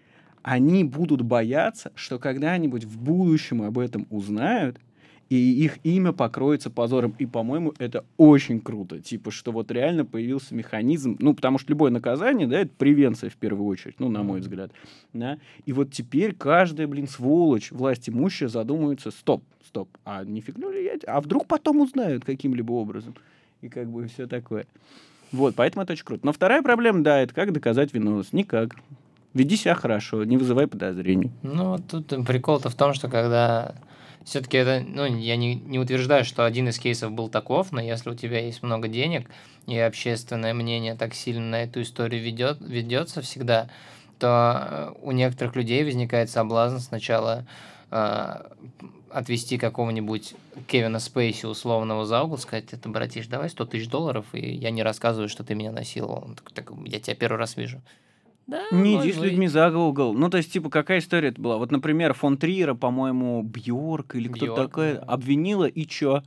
они будут бояться, что когда-нибудь в будущем об этом узнают, и их имя покроется позором. И, по-моему, это очень круто. Типа, что вот реально появился механизм. Ну, потому что любое наказание, да, это превенция в первую очередь, ну, на мой взгляд. Да? И вот теперь каждая, блин, сволочь, власть имущая задумывается, стоп, стоп, а не фигню ли я? А вдруг потом узнают каким-либо образом? И как бы все такое. Вот, поэтому это очень круто. Но вторая проблема, да, это как доказать виновность. Никак. Веди себя хорошо, не вызывай подозрений. Ну, вот тут прикол-то в том, что когда... Все-таки это, ну, я не, не утверждаю, что один из кейсов был таков, но если у тебя есть много денег, и общественное мнение так сильно на эту историю ведет, ведется всегда, то э, у некоторых людей возникает соблазн сначала э, отвести какого-нибудь Кевина Спейси условного за угол, сказать, это, братиш, давай сто тысяч долларов, и я не рассказываю, что ты меня насиловал. Он такой, так, я тебя первый раз вижу. Да, Не может иди с быть. людьми за угол. Ну, то есть, типа, какая история это была? Вот, например, фон Триера, по-моему, Бьорк или кто-то Бьорк, такое да. обвинила, и чё?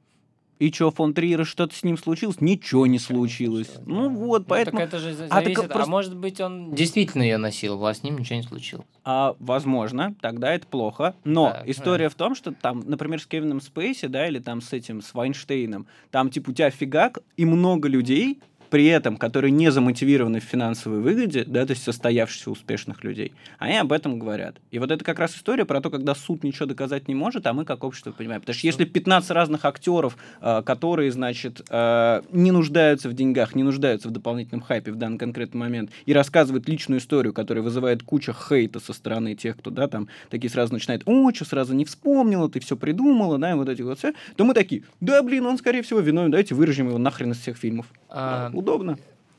И чё, фон Триера, что-то с ним случилось? Ничего не Ничего не случилось. случилось, Ну да. вот, Ну, поэтому... так это же за- А, так зависит, а, просто- может быть, он действительно ее насиловал, а с ним ничего не случилось. А, возможно, тогда это плохо. Но Так, история да. в том, что там, например, с Кевином Спейси, да, или там с этим, с Вайнштейном, там, типа, у тебя фигак, и много людей, при этом, которые не замотивированы в финансовой выгоде, да, то есть состоявшихся успешных людей, они об этом говорят. И вот это как раз история про то, когда суд ничего доказать не может, а мы как общество понимаем. Потому что если пятнадцать разных актеров, э, которые, значит, э, не нуждаются в деньгах, не нуждаются в дополнительном хайпе в данный конкретный момент, и рассказывают личную историю, которая вызывает кучу хейта со стороны тех, кто, да, там, такие сразу начинают, о, что сразу не вспомнила, ты все придумала, да, и вот эти вот все, то мы такие, да, блин, он, скорее всего, виновен, давайте вырежем его нахрен из всех фильмов. А, Удобно.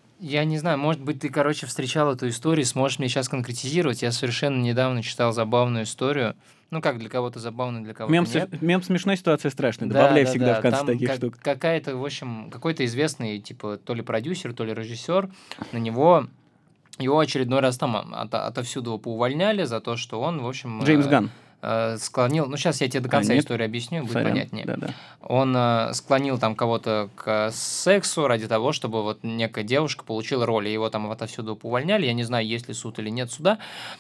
Я не знаю, может быть, ты, короче, встречал эту историю, сможешь мне сейчас конкретизировать. Я совершенно недавно читал забавную историю. Ну, как для кого-то забавно, для кого-то Мем, нет. с- мем смешной, ситуация страшная. Да, Добавляй да, всегда да. в конце Там таких как- штук. Какая-то, в общем, какой-то известный, типа, то ли продюсер, то ли режиссер, на него его очередной раз там от- отовсюду поувольняли за то, что он, в общем... Джеймс э, Ганн. э, склонил... Ну, сейчас я тебе до конца нет? историю объясню, будет Сорян. понятнее. Да-да. Он э, склонил там кого-то к сексу ради того, чтобы вот некая девушка получила роль, и его там отовсюду поувольняли. Я не знаю, есть ли суд или нет суда,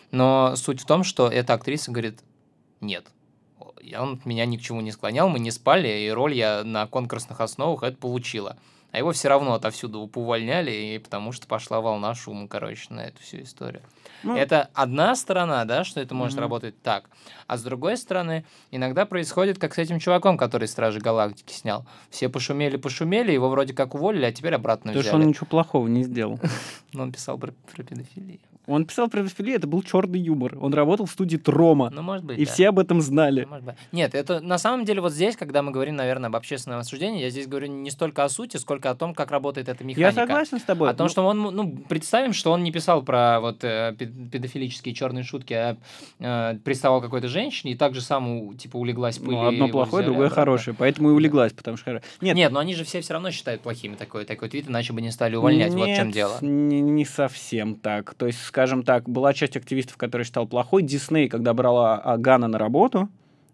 но суть в том, что эта актриса говорит, нет, И он меня ни к чему не склонял, мы не спали, и роль я на конкурсных основах это получила. А его все равно отовсюду поувольняли, и потому что пошла волна шума, короче, на эту всю историю. Ну, Это одна сторона, да, что это может Мгм. работать так. А с другой стороны, иногда происходит, как с этим чуваком, который «Стражи Галактики» снял. Все пошумели-пошумели, его вроде как уволили, а теперь обратно потому что взяли. он ничего плохого не сделал. Но он писал про, про педофилию. Он писал про педофилию, это был черный юмор. Он работал в студии Трома. Ну, может быть, И да. все об этом знали. Ну, может быть. Нет, это на самом деле вот здесь, когда мы говорим, наверное, об общественном осуждении, я здесь говорю не столько о сути, сколько о том, как работает эта механика. Я согласен с тобой. О том, Ну, что он, ну, представим, что он не писал про вот э, пед- педофилические черные шутки, а э, приставал к какой-то женщине, и так же сам, у- типа, улеглась пыль. ну, и одно его плохое, взяли другое обратно. хорошее. Поэтому и улеглась, потому что... хоро- Нет, Нет, но они же все все равно считают плохими такой, такой твит, иначе бы не стали увольнять. Вот в чем Нет, дело. Не, не совсем так. То есть, скажем так, была часть активистов, которые считал плохой. Дисней, когда брала а, Ганна на работу,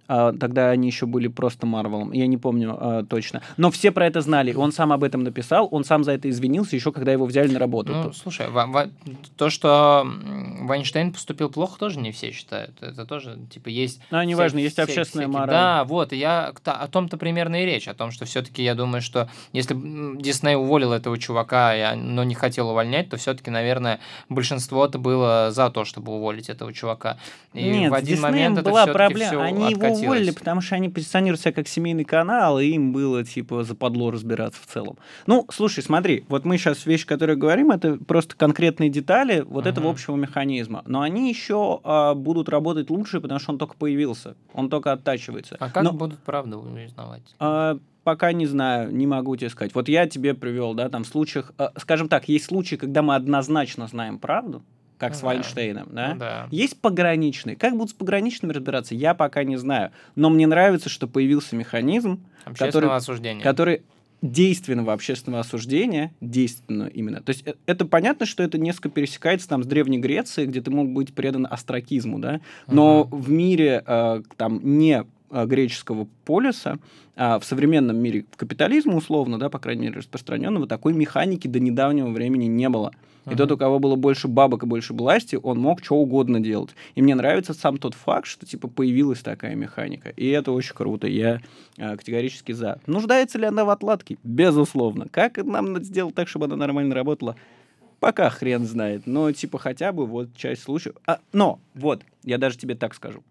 А, тогда они еще были просто Марвелом, я не помню а, точно. Но все про это знали, он сам об этом написал, он сам за это извинился, еще когда его взяли на работу. Ну, Тут- слушай, Ва- Ва- то, что м, Вайнштейн поступил плохо, тоже не все считают. Это тоже, типа, есть... Ну, неважно, есть общественная мораль. Да, вот, и я к та- о том-то примерно и речь, о том, что все-таки я думаю, что если бы Дисней уволил этого чувака, и он- но не хотел увольнять, то все-таки, наверное, большинство-то было за то, чтобы уволить этого чувака. И Нет, в с один Диснеем момент это была всё-таки проблема. всё Они его откатилось. уволили, потому что они позиционируют себя как семейный канал, и им было, типа, западло разбираться в целом. Ну, слушай, смотри, вот мы сейчас вещи, которые говорим, это просто конкретные детали вот этого Мгм. общего механизма. Но они еще а, будут работать лучше, потому что он только появился, он только оттачивается. А как Но, будут правду узнавать? а, пока не знаю, не могу тебе сказать. Вот я тебе привел, да, там в случаях, а, скажем так, есть случаи, когда мы однозначно знаем правду, как Ну с да. Вайнштейном, да? Ну да. Есть пограничные. Как будут с пограничными разбираться, я пока не знаю. Но мне нравится, что появился механизм, Общественного который, осуждения. который действенного общественного осуждения, действенного именно. То есть э- это понятно, что это несколько пересекается там с Древней Грецией, где ты мог быть предан остракизму, да? Но Мгм. в мире э, там не э, греческого полиса, а в современном мире капитализма, условно, да, по крайней мере, распространенного, такой механики до недавнего времени не было. И тот, у кого было больше бабок и больше власти, он мог что угодно делать. И мне нравится сам тот факт, что типа появилась такая механика. И это очень круто. Я э, категорически за. Нуждается ли она в отладке? Безусловно. Как нам надо сделать так, чтобы она нормально работала? Пока хрен знает. Но типа хотя бы вот часть случаев. А, но вот, я даже тебе так скажу.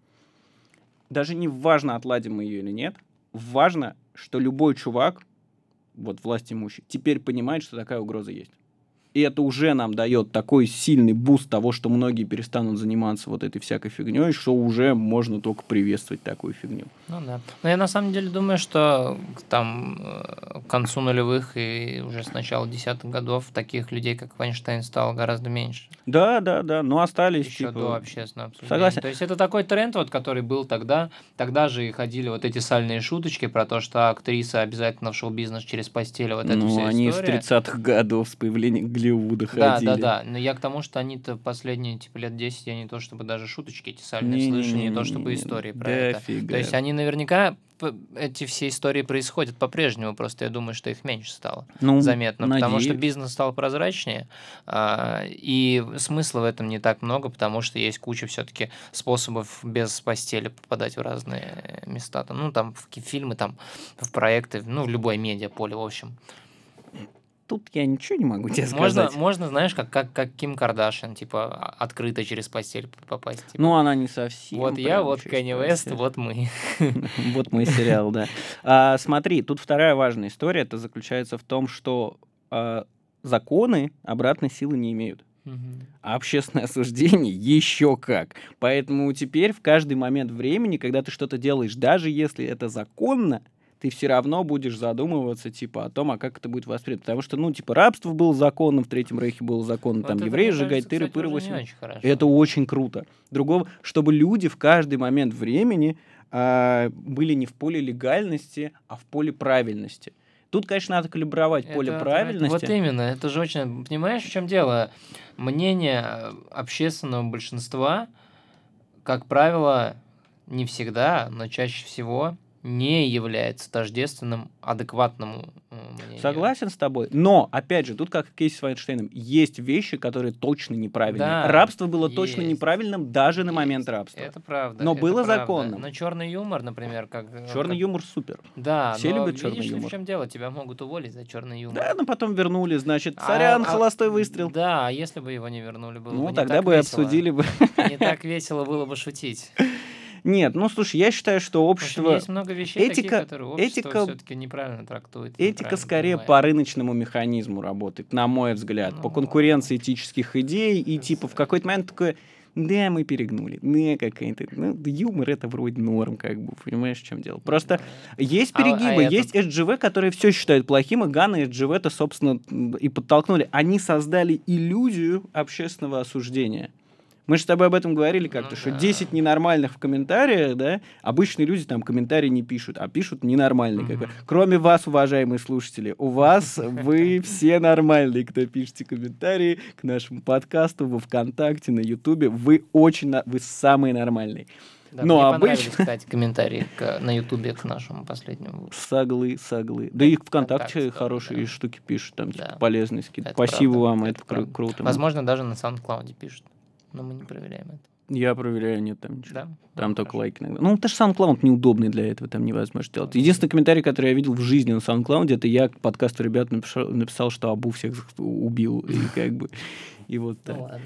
Даже не важно, отладим мы ее или нет. Важно, что любой чувак, вот власть имущий, теперь понимает, что такая угроза есть. И это уже нам дает такой сильный буст того, что многие перестанут заниматься вот этой всякой фигней, что уже можно только приветствовать такую фигню. Ну да. Но я на самом деле думаю, что к- там э, к концу нулевых и уже с начала десятых годов таких людей, как Вайнштейн, стало гораздо меньше. Да, да, да, но остались Еще типа... до общественного обсуждения. Согласен. То есть это такой тренд, вот, который был тогда. Тогда же и ходили вот эти сальные шуточки про то, что актриса обязательно в шоу-бизнес через постель. Вот эта Ну, вся они с история. тридцатых годов с появлением Голливуда Да, ходили. да, да. Но я к тому, что они-то последние типа лет десять, я не то чтобы даже шуточки эти сальные слышу, не то чтобы Не-не-не-не-не. истории про это. Дофига. То есть они наверняка, п- эти все истории происходят по-прежнему, просто я думаю, что их меньше стало Ну, заметно, потому что надеюсь. бизнес стал прозрачнее, а, и смысла в этом не так много, потому что есть куча все-таки способов без постели попадать в разные места, там, ну там в ки- фильмы, там в проекты, ну в любое медиаполе, в общем. Тут я ничего не могу тебе Можно, сказать. можно, знаешь, как, как, как Ким Кардашьян, типа, а- открыто через постель попасть. Типа. Ну, она не совсем. Вот я, прям вот через Кенни Уэст, постель. вот мы. Вот мой сериал, да. А, смотри, тут вторая важная история. Это заключается в том, что а, законы обратной силы не имеют. Мгм. А общественное осуждение еще как. Поэтому теперь в каждый момент времени, когда ты что-то делаешь, даже если это законно, ты все равно будешь задумываться, типа, о том, а как это будет воспринято. Потому что, ну, типа, рабство было законным, в Третьем Рейхе было законно, Вот там, это, евреи мне сжигать, кажется, тыры-пыры, кстати, уже не восемь. очень хорошо. Это очень круто. Другого, чтобы люди в каждый момент времени а, были не в поле легальности, а в поле правильности. Тут, конечно, надо калибровать поле Это правильности. Вот именно, это же очень... Понимаешь, в чем дело? Мнение э, общественного большинства, как правило, не всегда, но чаще всего не является тождественным адекватному э, мнению. Согласен с тобой. Но, опять же, тут как в кейсе с Вайнштейном, есть вещи, которые точно неправильные. Да, Рабство было точно есть. неправильным даже на момент Есть. рабства. Это правда. Но это было правда. законным. Но черный юмор, например, как... э, Черный как- юмор супер. Да, Все но любят чёрный видишь ли, юмор. в чем дело? Тебя могут уволить за черный юмор. Да, но потом вернули, значит, А- сорян, а- холостой выстрел. Да, а если бы его не вернули, было бы Ну, не тогда так бы весело. обсудили бы. Не так весело было бы шутить. Нет, ну, слушай, я считаю, что В общем, общество... есть много вещей этика- таких, которые общество этика- все-таки неправильно трактует. Этика неправильно скорее понимает. по рыночному механизму работает, на мой взгляд. По Ну. конкуренции этических идей. И типа в какой-то момент такое, да, мы перегнули. Да, какая-то... Ну, да юмор это вроде норм, как бы. Понимаешь, в чем дело? Просто есть А- перегибы, а этот- есть эс джи ви, которые все считают плохим, и Ганна и эс джи ви-то, собственно, и подтолкнули. Они создали иллюзию общественного осуждения. Мы же с тобой об этом говорили как-то, Ну что да. десять ненормальных в комментариях, да, обычные люди там комментарии не пишут, а пишут ненормальные. как бы. Мгм. Кроме вас, уважаемые слушатели, у вас, вы все нормальные, кто пишете комментарии к нашему подкасту во ВКонтакте, на Ютубе, вы очень, на- вы самые нормальные. Да, Но мне обычно- понравились, кстати, комментарии к- на Ютубе к нашему последнему выпуску. Соглы, соглы. Да и ВКонтакте ВКонтакте тоже, хорошие да. штуки пишут, там типа Да. полезные скидки. Это Спасибо правда, вам, это это, кру- правда. круто. Возможно, даже на SoundCloud пишут, но мы не проверяем это. Я проверяю, нет там ничего. Да? Там Ну, только хорошо. лайки иногда. Ну, даже SoundCloud неудобный для этого, там невозможно делать. Единственный комментарий, который я видел в жизни на SoundCloud, это я к подкасту ребят написал, написал, что Абу всех убил. И как бы... И вот так. Ну ладно.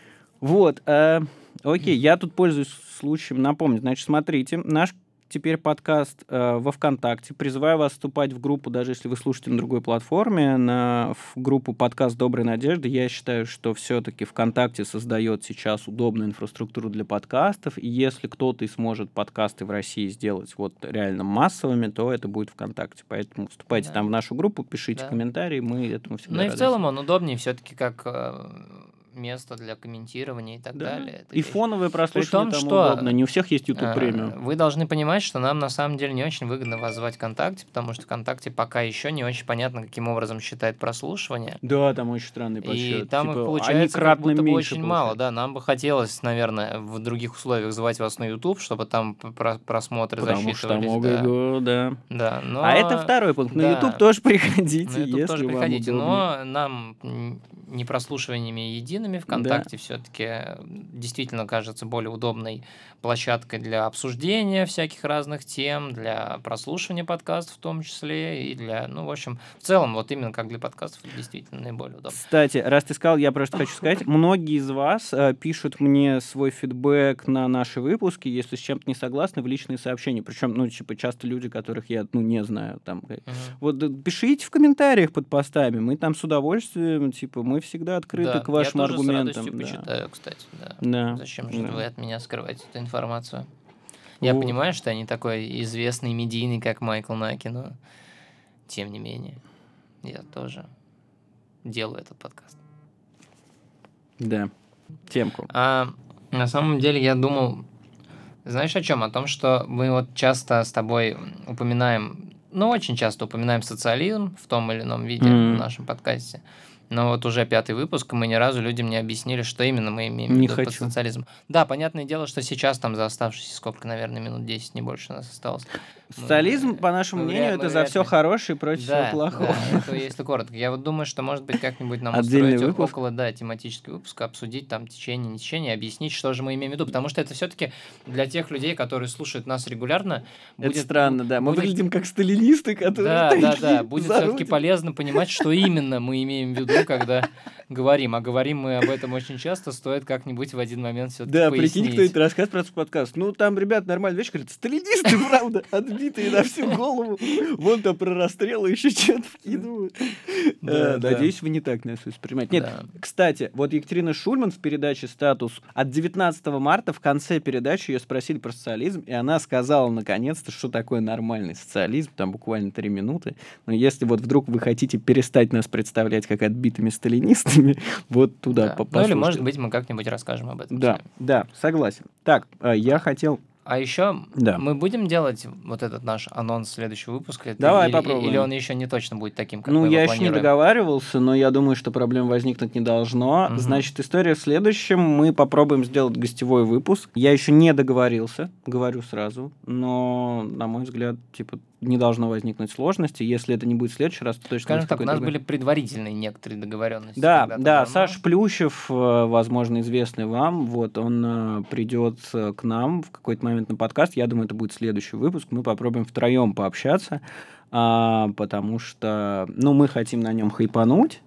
Вот, э, окей, я тут пользуюсь случаем напомнить. Значит, смотрите, наш теперь подкаст э, во ВКонтакте. Призываю вас вступать в группу, даже если вы слушаете на другой платформе, на, в группу «Подкаст Доброй Надежды». Я считаю, что все-таки ВКонтакте создает сейчас удобную инфраструктуру для подкастов, и если кто-то и сможет подкасты в России сделать вот реально массовыми, то это будет ВКонтакте. Поэтому вступайте Да. там в нашу группу, пишите Да. комментарии, мы этому всегда Ну и в рады. целом он удобнее все-таки как э, место для комментирования и так Да. далее. Это И вещь. фоновое прослушивание том, там что, удобно. Не у всех есть YouTube А, премиум. Вы должны понимать, что нам на самом деле не очень выгодно вас звать ВКонтакте, потому что ВКонтакте пока еще не очень понятно, каким образом считает прослушивание. Да, там очень странный И подсчет. там Типа, их они получается как кратно будто бы меньше очень мало, получают. да. Нам бы хотелось, наверное, в других условиях звать вас на YouTube, чтобы там про- просмотры Потому что там засчитывались. Да. ого, да. Да, но... А это второй пункт. На да. YouTube тоже приходите, На YouTube если тоже вам приходите, удобнее. но нам м, не прослушиваниями едиными ВКонтакте все-таки действительно кажется более удобной площадкой для обсуждения всяких разных тем, для прослушивания подкастов в том числе, и для, ну, в общем, в целом, вот именно как для подкастов, действительно наиболее удобно. Кстати, раз ты сказал, я просто хочу сказать, многие из вас э, пишут мне свой фидбэк на наши выпуски, если с чем-то не согласны, в личные сообщения. Причем, ну, типа, часто люди, которых я, ну, не знаю, там. э, Мгм. Вот э, пишите в комментариях под постами, мы там с удовольствием, типа, мы всегда открыты Да, к вашим я тоже аргументам. с радостью да. почитаю, кстати, да. Да. Зачем же Да. вы от меня скрываете эту информацию? Я Вот. понимаю, что я не такой известный медийный, как Майкл Наки, но тем не менее, я тоже делаю этот подкаст. Да. Темку. А на самом деле я думал, знаешь о чем? О том, что мы вот часто с тобой упоминаем, ну очень часто упоминаем социализм в том или ином виде Мгм. в нашем подкасте. Но вот уже пятый выпуск, и мы ни разу людям не объяснили, что именно мы имеем в Не виду под хочу. социализмом. Да, понятное дело, что сейчас там за оставшиеся, сколько, наверное, минут десять, не больше у нас осталось. Социализм, Мы- по нашему мы мнению, вряд- это мы за вряд все ли. хорошее против Да, всего плохого. да, это если коротко. Я вот думаю, что, может быть, как-нибудь нам Отдельный устроить выпуск? около, да, тематический выпуск, обсудить там течение, не течение, объяснить, что же мы имеем в виду. Потому что это все-таки для тех людей, которые слушают нас регулярно, Это будет... странно, да. Мы будет- выглядим как сталинисты, которые Да, да, такие да. Будет за все-таки руль. полезно понимать, что именно мы имеем в виду, когда говорим. А говорим мы об этом очень часто, стоит как-нибудь в один момент все-таки Да, пояснить. прикинь, кто-нибудь рассказ про свой подкаст. Ну, там, ребят, нормальная вещь, говорят, сталинисты, правда, отбитые на всю голову. Вон там про расстрелы еще что-то вкидывают. Да, Э, да. Надеюсь, вы не так нас воспринимаете. Нет, Да. кстати, вот Екатерина Шульман в передаче «Статус» от девятнадцатого марта в конце передачи ее спросили про социализм, и она сказала, наконец-то, что такое нормальный социализм, там буквально три минуты. Но если вот вдруг вы хотите перестать нас представлять как отбитыми сталинистами, вот туда Да. по- Ну или, послушайте. может быть, мы как-нибудь расскажем об этом. Да, сами. да, согласен. Так, э, я хотел... А еще Да. мы будем делать вот этот наш анонс следующего выпуска? Это Давай или, попробуем. Или он еще не точно будет таким, как Ну, мы я его еще не планируем? договаривался, но я думаю, что проблем возникнуть не должно. Мгм. Значит, история в следующем. Мы попробуем сделать гостевой выпуск. Я еще не договорился, говорю сразу, но, на мой взгляд, типа, не должно возникнуть сложности. Если это не будет в следующий раз, то точно Скажем будет так, у какой-то нас другой. были предварительные некоторые договоренности. Да, когда-то да, давно. Саш Плющев, э, возможно, известный вам, вот, он э, придет э, к нам в какой-то момент на подкаст, я думаю, это будет следующий выпуск, мы попробуем втроем пообщаться, а, потому что, ну, мы хотим на нем хайпануть,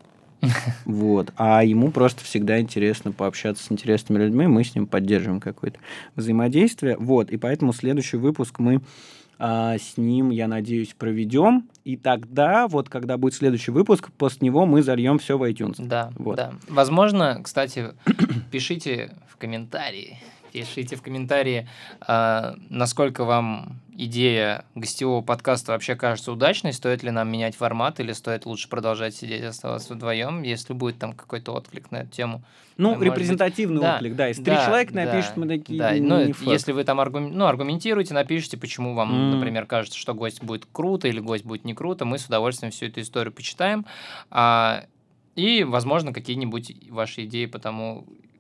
вот, а ему просто всегда интересно пообщаться с интересными людьми, мы с ним поддерживаем какое-то взаимодействие, вот, и поэтому следующий выпуск мы а, с ним, я надеюсь, проведем. И тогда, вот когда будет следующий выпуск, после него мы зальем все в iTunes. Да, Вот. да. Возможно, кстати, пишите в комментарии, пишите в комментарии, а, насколько вам идея гостевого подкаста вообще кажется удачной, стоит ли нам менять формат или стоит лучше продолжать сидеть и оставаться вдвоем, если будет там какой-то отклик на эту тему. Ну, Может быть, репрезентативный да, отклик, да. Если три да, человека да, напишут, мы такие, да. не Ну, не это факт. если вы там аргум... ну, аргументируете, напишите, почему вам, М. например, кажется, что гость будет круто или гость будет не круто, мы с удовольствием всю эту историю почитаем. А, и, возможно, какие-нибудь ваши идеи по тому,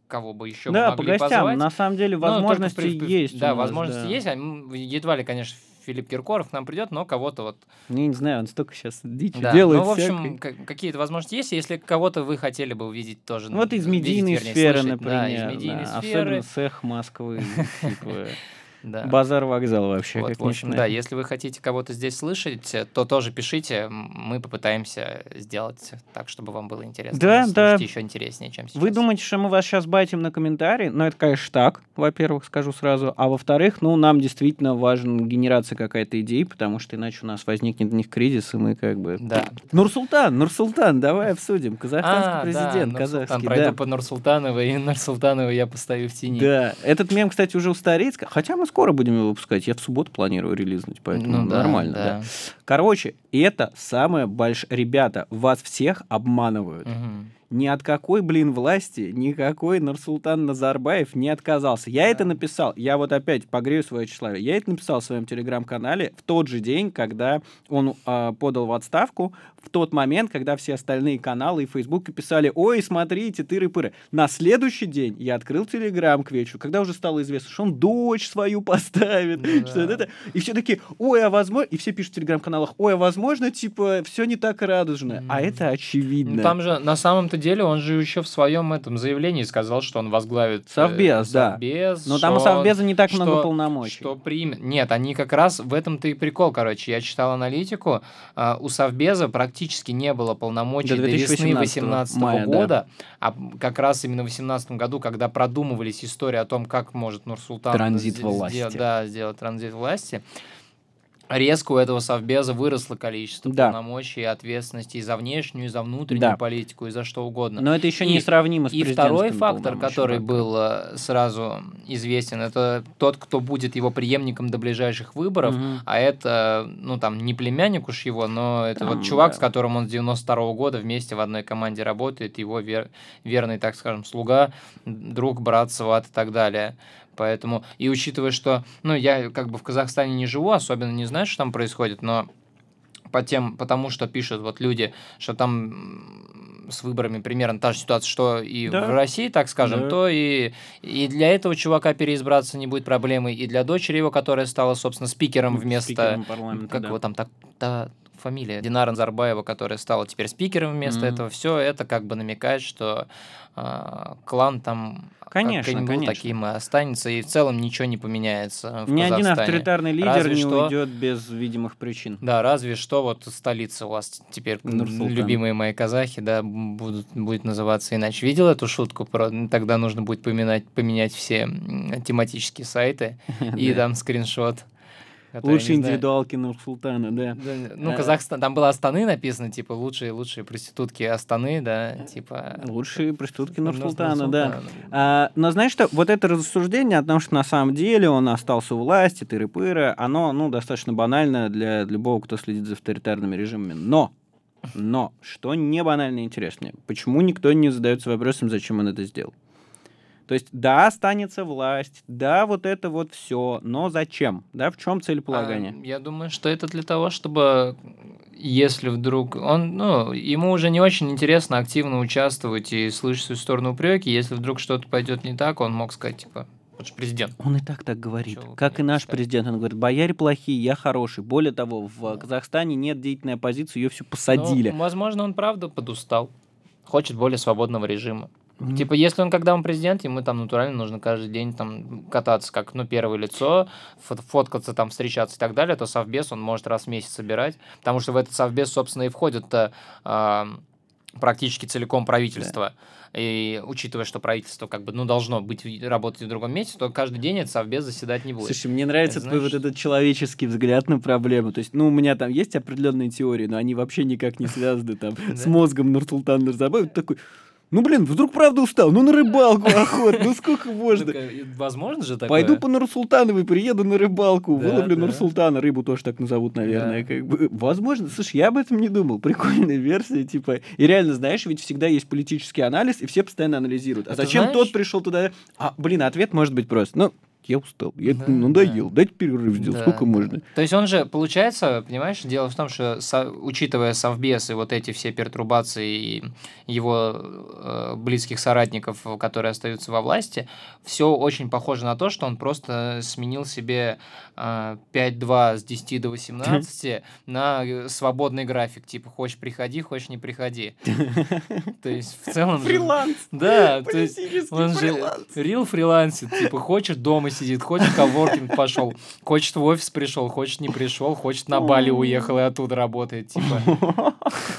кого бы еще Да, мы по могли гостям. позвать. На самом деле Но только возможности при- при- есть. у Да, нас, возможности да. есть. а, м, Едва ли, конечно, Филипп Киркоров к нам придет, но кого-то вот... Я не знаю, он столько сейчас дичи Да. делает. Ну, в общем, всякой. ка- какие-то возможности есть. Если кого-то вы хотели бы увидеть тоже... Вот из видеть, медийной вернее, сферы, слышать, например. Да, из медийной да, сферы. Особенно цех Москвы. Типа, Да. базар-вокзал вообще. Вот, как в общем, ни да, знаю. если вы хотите кого-то здесь слышать, э, то тоже пишите, м, мы попытаемся сделать так, чтобы вам было интересно. Да, нас да. слушать еще интереснее, чем сейчас. Вы думаете, что мы вас сейчас байтим на комментарии? Ну, это, конечно, так, во-первых, скажу сразу. А во-вторых, ну, нам действительно важна генерация какая-то идей, потому что иначе у нас возникнет в них кризис, и мы как бы... Да. Нурсултан, Нурсултан, давай обсудим. Казахстанский А, президент, да, казахский. Нурсултан, пройду да. по Нурсултановой, и Нурсултанова я поставлю в тени. Да, этот мем, кстати, уже устареет, хотя мы скоро будем его выпускать. Я в субботу планирую релизнуть, поэтому Ну да, нормально. да. Да. Короче, это самое большое... Ребята, вас всех обманывают. Мгм. Ни от какой, блин, власти, никакой Нурсултан Назарбаев не отказался. Я это написал, я вот опять погрею свое тщеславие, я это написал в своем телеграм-канале в тот же день, когда он э, подал в отставку, в тот момент, когда все остальные каналы и Фейсбук писали: ой, смотрите, тыры-пыры. На следующий день я открыл телеграм к вечеру, когда уже стало известно, что он дочь свою поставит, Ну что да. это, и все такие: ой, а возможно, и все пишут в телеграм-каналах: ой, а возможно, типа, все не так радужно, а это очевидно. Ну, там же, на самом-то деле, он же еще в своем этом заявлении сказал, что он возглавит... э, Совбез, да. Совбез, Но там у что он- Совбеза не так много что- полномочий. Что примет... Нет, они как раз... В этом-то и прикол, короче. Я читал аналитику. а, У Совбеза практически не было полномочий До до, весны две тысячи восемнадцатого восемнадцатого мая, да. года. А как раз именно в восемнадцатом году, когда продумывались истории о том, как может Нурсултан... Транзит сде- власти. сделать- Да, сделать транзит власти. Резко у этого Совбеза выросло количество Да. полномочий и ответственности и за внешнюю, и за внутреннюю Да. политику, и за что угодно. Но это еще И- не сравнимо с И второй президентскими фактор, полномочиями, который да. был э, сразу известен, это тот, кто будет его преемником до ближайших выборов, Мгм. а это, ну там, не племянник уж его, но это Там, вот чувак, да. с которым он с девяносто второго года вместе в одной команде работает, его вер- верный, так скажем, слуга, друг, брат, сват и так далее. Поэтому, и учитывая, что, ну, я как бы в Казахстане не живу, особенно не знаю, что там происходит, но по тем, потому что пишут вот люди, что там м, с выборами примерно та же ситуация, что и Да. в России, так скажем, Да. то и, и для этого чувака переизбраться не будет проблемы, и для дочери его, которая стала, собственно, спикером вместо... Спикером парламента, как да. его там, так, та фамилия? Динара Назарбаева, которая стала теперь спикером вместо Мгм. этого. Все это как бы намекает, что а, клан там Конечно, каким был, конечно. таким и останется, и в целом ничего не поменяется в Ни один Казахстане. авторитарный лидер Разве не что- уйдет без видимых причин. Да, разве что вот столица у вас теперь, м, Нур-Султан. любимые мои казахи, да, будут, будет называться иначе. Видел эту шутку? Про, тогда нужно будет поменять, поменять все м, тематические сайты и Да. там скриншот. который, Лучшие не знаю, индивидуалки Нурсултана, да. да, ну, А. Казахстан, там было Астаны написано, типа, лучшие, лучшие проститутки Астаны, да, типа... Лучшие проститутки Нур- Нурсултана, да. Нур-Султана. А, но знаешь что, вот это рассуждение о том, что на самом деле он остался у власти, тыры-пыры, оно, ну, достаточно банально для любого, кто следит за авторитарными режимами. Но, но, что не банально интереснее, почему никто не задается вопросом, зачем он это сделал? То есть, да, останется власть, да, вот это вот все, но зачем? Да, в чем целеполагание? А, я думаю, что это для того, чтобы, если вдруг он, ну, ему уже не очень интересно активно участвовать и слышать свою сторону упреки, если вдруг что-то пойдет не так, он мог сказать, типа, вот же президент. Он и так так говорит, Чё вы как и мне наш писали? президент. Он говорит: бояре плохие, я хороший. Более того, в Казахстане нет деятельной оппозиции, ее всю посадили. Ну, возможно, он правда подустал, хочет более свободного режима. Мне- Типа, если он, когда он президент, ему там натурально нужно каждый день там кататься как, ну, первое лицо, фот- фоткаться там, встречаться и так далее, то совбез он может раз в месяц собирать, потому что в этот совбез, собственно, и входит а, практически целиком правительство. И учитывая, что правительство как бы, ну, должно быть, в- работать в другом месте, то каждый день этот совбез заседать не будет. Слушай, мне нравится Это твой вот значит- этот человеческий взгляд на проблему. То есть, ну, у меня там есть определенные теории, но они вообще никак не связаны там с Да. мозгом Нурсултана Назарбаева. Ты такой: ну, блин, вдруг правда устал? Ну, на рыбалку охот, ну сколько можно? Так, э, возможно же такое? Пойду по Нурсултановой, приеду на рыбалку, Да, выловлю да. Нурсултана, рыбу тоже так назовут, наверное. Да. Как бы. Возможно, слушай, я об этом не думал. Прикольная версия, типа. И реально, знаешь, ведь всегда есть политический анализ, и все постоянно анализируют. А Это зачем знаешь- тот пришел туда? А, блин, ответ может быть прост. Ну, я устал, я Да, это надоел, да. дайте перерыв сделать, Да, сколько да. можно. То есть он же, получается, понимаешь, дело в том, что со- учитывая совбез и вот эти все пертурбации и его э, близких соратников, которые остаются во власти, все очень похоже на то, что он просто сменил себе э, пять два с десяти до восемнадцати на э, свободный график. Типа, хочешь приходи, хочешь не приходи. То есть в целом... же- Фриланс. Да, то есть Политический он же фриланс. рил фрилансит, типа, хочешь дома сидит, хочешь коворкинг пошел, хочет в офис пришел, хочет не пришел, хочет на Бали уехал и оттуда работает, типа.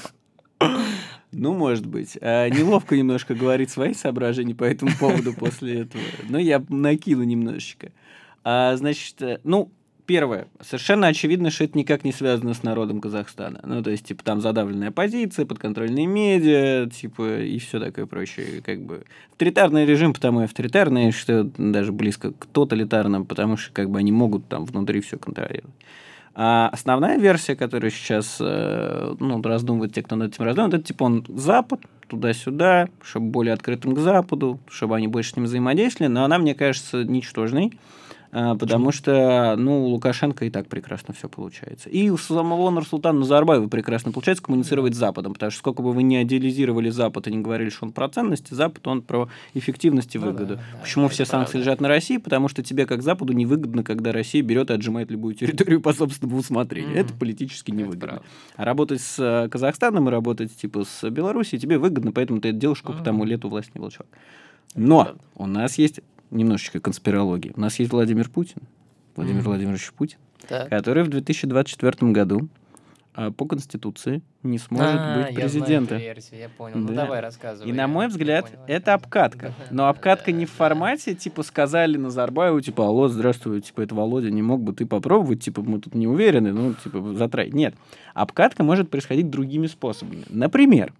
Ну, может быть. А, неловко немножко говорить свои соображения по этому поводу после этого. Но я накину немножечко. А, значит, э, ну, первое. Совершенно очевидно, что это никак не связано с народом Казахстана. Ну, то есть, типа, там задавленная оппозиция, подконтрольные медиа, типа, и все такое прочее. Как бы авторитарный режим, потому и авторитарный, что даже близко к тоталитарному, потому что, как бы, они могут там внутри все контролировать. А основная версия, которую сейчас э, ну, раздумывают те, кто над этим раздумывает, это типа он Запад, туда-сюда, чтобы более открытым к Западу, чтобы они больше с ним взаимодействовали, но она, мне кажется, ничтожной, э, потому что ну, у Лукашенко и так прекрасно все получается. И у самого Нурсултана Назарбаева прекрасно получается коммуницировать с Западом, потому что сколько бы вы ни идеализировали Запад и не говорили, что он про ценности, Запад, он про эффективность и Ну выгоду. да, да, Почему это все санкции правда. лежат на России? Потому что тебе, как Западу, невыгодно, когда Россия берет и отжимает любую территорию по собственному усмотрению. Мгм. Это политически Это невыгодно. правда. А работать с э, Казахстаном и работать типа с Белоруссией тебе выгодно, поэтому ты это делаешь, сколько Мгм. тому лет у власти не был человек. Но правда. у нас есть немножечко конспирологии. У нас есть Владимир Путин, Владимир Мгм. Владимирович Путин, Так. который в две тысячи двадцать четвёртом году а, по Конституции не сможет А, быть я знаю президентом. эту версию, я понял. Ну Да. давай рассказывай. И на я- мой я взгляд, понял, это рассказывай. обкатка. Да, Но обкатка да, не в да. формате, типа, сказали Назарбаеву, типа, алло, здравствуй, типа, это Володя, не мог бы ты попробовать, типа, мы тут не уверены, ну, типа, затрать. Нет. Обкатка может происходить другими способами. Например,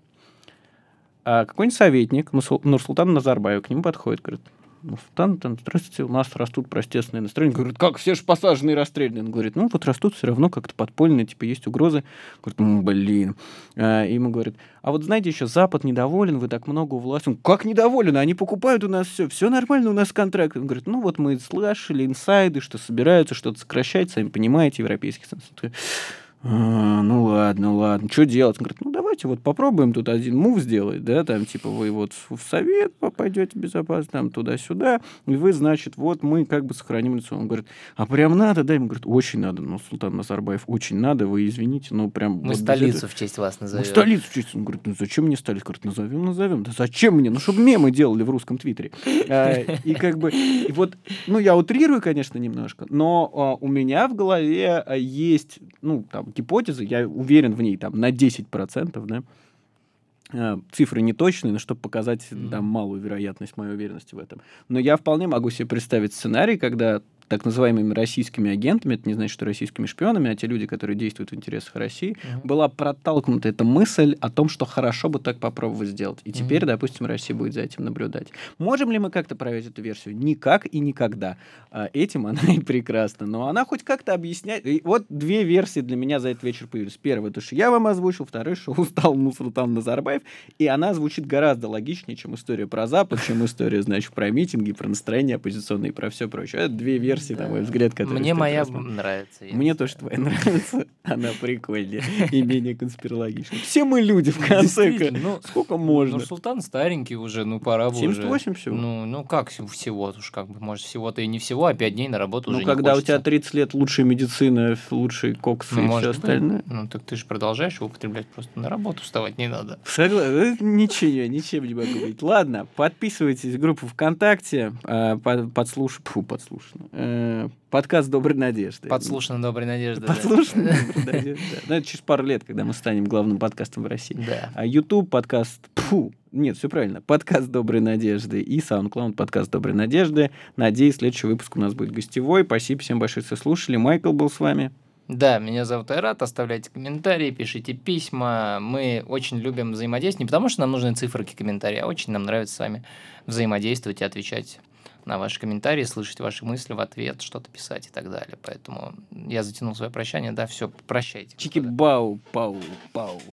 а, какой-нибудь советник, Нурсул- Нурсултан Назарбаев, к нему подходит, говорит, Нурсултан, там, здравствуйте, у нас растут протестные настроения. Говорит, как, все же посаженные и расстреляны. Он говорит, ну, вот растут все равно как-то подпольные, типа, есть угрозы. Говорит, ну, блин. А, и ему говорит, а вот знаете, еще Запад недоволен, вы так много у власти. Он, как недоволен? Они покупают у нас все, все нормально, у нас контракт. Он говорит, ну, вот мы слышали инсайды, что собираются, что-то сокращать, сами понимаете, европейских санкций. А, ну ладно, ладно, что делать? Он говорит, ну давайте вот попробуем тут один мув сделать, да, там типа вы вот в совет попадете безопасно, там туда-сюда, и вы, значит, вот мы как бы сохраним лицо. Он говорит, а прям надо, да? Ему говорит, очень надо, ну, Султан Назарбаев, очень надо, вы извините, ну прям... Мы вот без столицу этого- в честь вас Мы назовем. столицу честь. Он говорит, ну зачем мне столицу? Говорит, назовем, назовем. Да зачем мне? Ну, чтобы мемы делали в русском твиттере. А, И как бы, и вот, ну, я утрирую, конечно, немножко, но а, у меня в голове а, есть, ну, там, гипотеза, я уверен в ней, там, на десять процентов, да, А, цифры не точные, но чтобы показать Мгм. там, малую вероятность моей уверенности в этом. Но я вполне могу себе представить сценарий, когда так называемыми российскими агентами, это не значит, что российскими шпионами, а те люди, которые действуют в интересах России, Мгм. была протолкнута эта мысль о том, что хорошо бы так попробовать сделать. И теперь, Мгм. допустим, Россия будет за этим наблюдать. Можем ли мы как-то проверить эту версию? Никак и никогда. А этим она и прекрасна. Но она хоть как-то объясняет... И вот две версии для меня за этот вечер появились. Первая, то, что я вам озвучил. Вторая, что устал Нурсултан Назарбаев. И она звучит гораздо логичнее, чем история про Запад, чем история, значит, про митинги, про настроение оппозиционные и про все прочее. Это две версии, на мой взгляд, которые Мне стоит моя рассмотреть. нравится. Мне версия. тоже твоя нравится. Она прикольнее и менее конспирологичная. Все мы люди, в конце Действительно, концов. ну, Сколько можно? Нурсултан старенький уже, ну пора бы семьдесят восемь уже. всего. Ну, ну как всего- всего уж как бы, может всего-то и не всего, а пять дней на работу Ну, уже когда не у тебя хочется. тридцать лет лучшая медицина, лучший кокс Ну, и все может быть. остальное. Ну, так ты же продолжаешь его употреблять, просто на работу вставать не надо. Согласен. Ничего, ничем не могу быть. Ладно, подписывайтесь в группу ВКонтакте. э, под- Подслуш... Фу, подслушано. Э, Подкаст «Доброй надежды». Подслушано «Доброй надежды». да. Подслушано «Доброй надежды», да. Ну, это через пару лет, когда мы станем главным подкастом в России. Да. А YouTube подкаст, фу, нет, все правильно, подкаст «Доброй надежды» и SoundCloud подкаст «Доброй надежды». Надеюсь, следующий выпуск у нас будет гостевой. Спасибо всем большое, что слушали. Майкл был с вами. Да, меня зовут Айрат, оставляйте комментарии, пишите письма. Мы очень любим взаимодействовать, не потому что нам нужны циферки комментарии, а очень нам нравится с вами взаимодействовать и отвечать на ваши комментарии, слышать ваши мысли в ответ, что-то писать и так далее. Поэтому я затянул свое прощание. Да, все, прощайте. господа. Чики-бау, пау, пау.